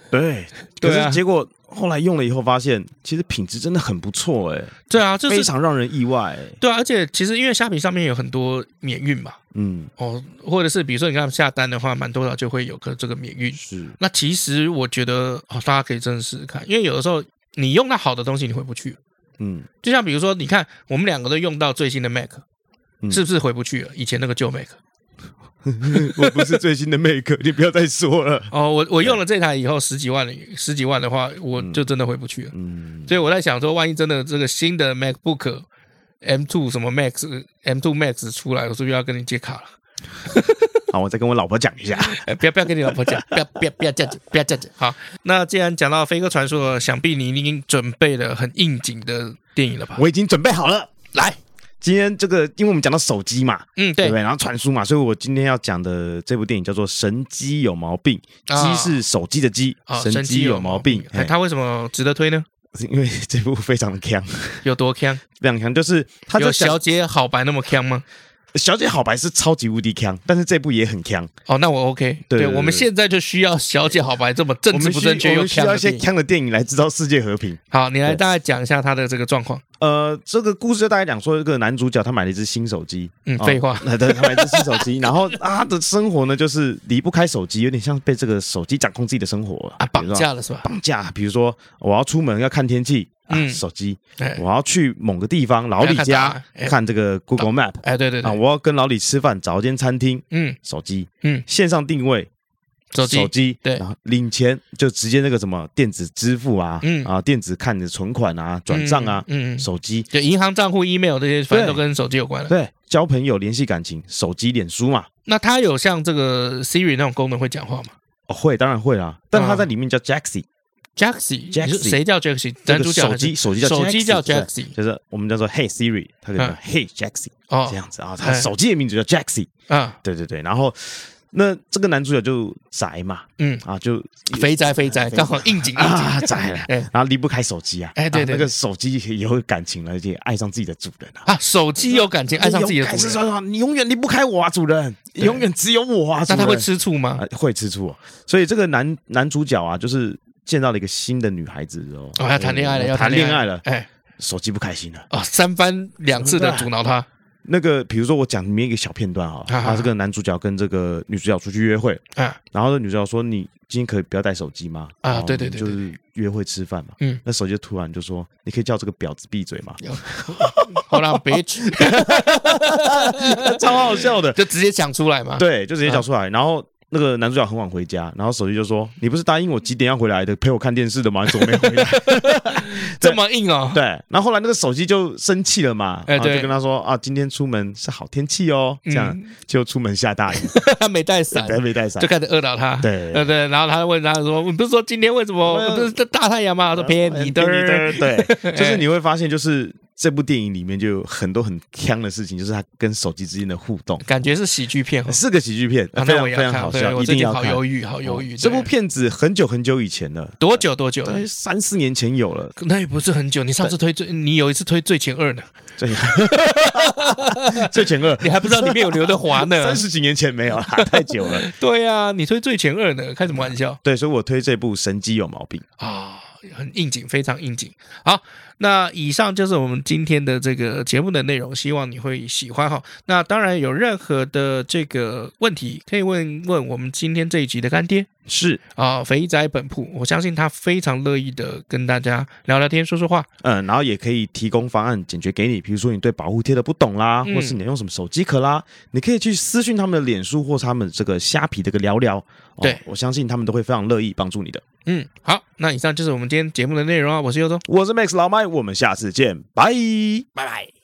对，可是结果后来用了以后发现，其实品质真的很不错哎。 对啊，就是非常让人意外。 对啊，而且其实因为虾皮上面有很多免运嘛， 嗯， 哦，或者是比如说你看下单的话，蛮多少就会有个这个免运。 是，那其实我觉得哦，大家可以真的试试看，因为有的时候你用到好的东西，你回不去。嗯，就像比如说，你看我们两个都用到最新的 Mac，、嗯、是不是回不去了？以前那个旧 Mac。 我不是最新的 Mac， 你不要再说了。 哦，我我用了这台以后十几万十几万的话，我就真的回不去了。嗯，所以我在想说，万一真的这个新的 MacBook M 二 什么 Max M 二 Max 出来，我是不是要跟你借卡了？ 好，我再跟我老婆讲一下。 欸、不要不要跟你老婆讲，不要不要不要这样子，不要这样子。好，那既然讲到《飞鸽传说》，想必你已经准备了很应景的电影了吧？ 我已经准备好了， 来。 今天这个，因为我们讲到手机嘛， 嗯，对， 对不对？然后传输嘛，所以我今天要讲的这部电影叫做《神机有毛病》，机是手机的机， 哦、 神机有毛病。 哎，它为什么值得推呢？ 因为这部非常的强， 有多强？ 非常强，就是它有小姐好白那么强吗？ 小姐好白是超级无敌强，但是这部也很强。 哦，那我 OK。对， 对， 对， 对，我们现在就需要小姐好白这么政治不正确又强的电影，我们需要一些强的电影来制造世界和平。 好，你来大概讲一下他的这个状况。 呃，这个故事就大概讲说，这个男主角他买了一只新手机。 嗯，废话， 哦、对，他买了一只新手机，然后他的生活呢，就是离不开手机，有点像被这个手机掌控自己的生活啊，绑架了是吧？ 绑架，比如说我要出门要看天气。啊、嗯，手机，我要去某个地方老李家 看, 看这个 Google Map， 哎，对对对， 啊，我要跟老李吃饭，找一间餐厅，嗯，手机，嗯，线上定位， 手机， 手机， 对， 然后领钱就直接那个什么电子支付啊，嗯啊，电子看你的存款啊，转账啊，嗯，手机， 就银行账户、email 这些，反正都跟手机有关了。 对，交朋友、联系感情，手机、脸书嘛。 那它有像这个 Siri 那种功能会讲话吗？ 哦，会，当然会啦，但它在里面叫 Jaxi。Jaxi， 谁叫 Jaxi？ 男主角手机手机叫 Jaxi， 手机叫 Jaxi， 就是我们叫做 Hey Siri， 它可以叫 Hey Jaxi， 这样子啊。他手机的名字叫 Jaxi 啊，对对对。然后那这个男主角就宅嘛，嗯啊，就肥宅肥宅，刚好应景应景啊，宅了，然后离不开手机啊， 哎对对， 那个手机也有感情了，而且爱上自己的主人啊，手机有感情，爱上自己的主人， 说你永远离不开我啊，主人，永远只有我啊。 那他会吃醋吗？ 会吃醋，所以这个男男主角啊，就是。见到了一个新的女孩子哦， 哦，要谈恋爱了，要谈恋爱了， 哎， 手机不开心了， 哦，三番两次的阻挠他。 那个，比如说我讲里面一个小片段哈，他这个男主角跟这个女主角出去约会，啊，然后这女主角说：“你今天可以不要带手机吗？” 啊，对对对， 就是约会吃饭嘛，嗯，那手机就突然就说：“你可以叫这个婊子闭嘴吗？” 好啦 bitch， 超好笑的， 就直接讲出来嘛， 对，就直接讲出来，然后。那个男主角很晚回家，然后手机就说：“你不是答应我几点要回来的，陪我看电视的吗？你怎么没回来？” 这么硬哦。 对，然后后来那个手机就生气了嘛，然后就跟他说：“啊，今天出门是好天气哦。”这样就出门下大雨， 他没带伞， 没带伞， 就开始恶搞他。 对对对，然后他问他说：“你不是说今天为什么不是大太阳吗？”他说：“骗你的。” 对，就是你会发现，就是这部电影里面就有很多很鏘的事情，就是他跟手机之间的互动， 感觉是喜剧片， 是个喜剧片，非常非常好笑，一定要看。 好犹豫，好犹豫。 这部片子很久很久以前了， 多久多久？ 三四年前有了， 那也不是很久。你上次推最，你有一次推《醉前二》呢， 醉醉前二， 你还不知道里面有刘德华呢。 三十几年前没有啦，太久了。 对啊，你推《醉前二》呢，开什么玩笑？ 对，所以我推这部《神机有毛病》 啊。很应景，非常应景。好，那以上就是我们今天的这个节目的内容，希望你会喜欢哈。那当然有任何的这个问题，可以问问我们今天这一集的干爹， 是啊，肥宅本铺，我相信他非常乐意的跟大家聊聊天、说说话。 嗯，然后也可以提供方案解决给你，比如说你对保护贴的不懂啦，嗯、或是你用什么手机壳啦，你可以去私讯他们的脸书或他们这个虾皮这个聊聊。哦、 对， 我相信他们都会非常乐意帮助你的。 嗯，好，那以上就是我们今天节目的内容啊，我是尤忠， 我是 Max 老麦，我们下次见，拜拜拜。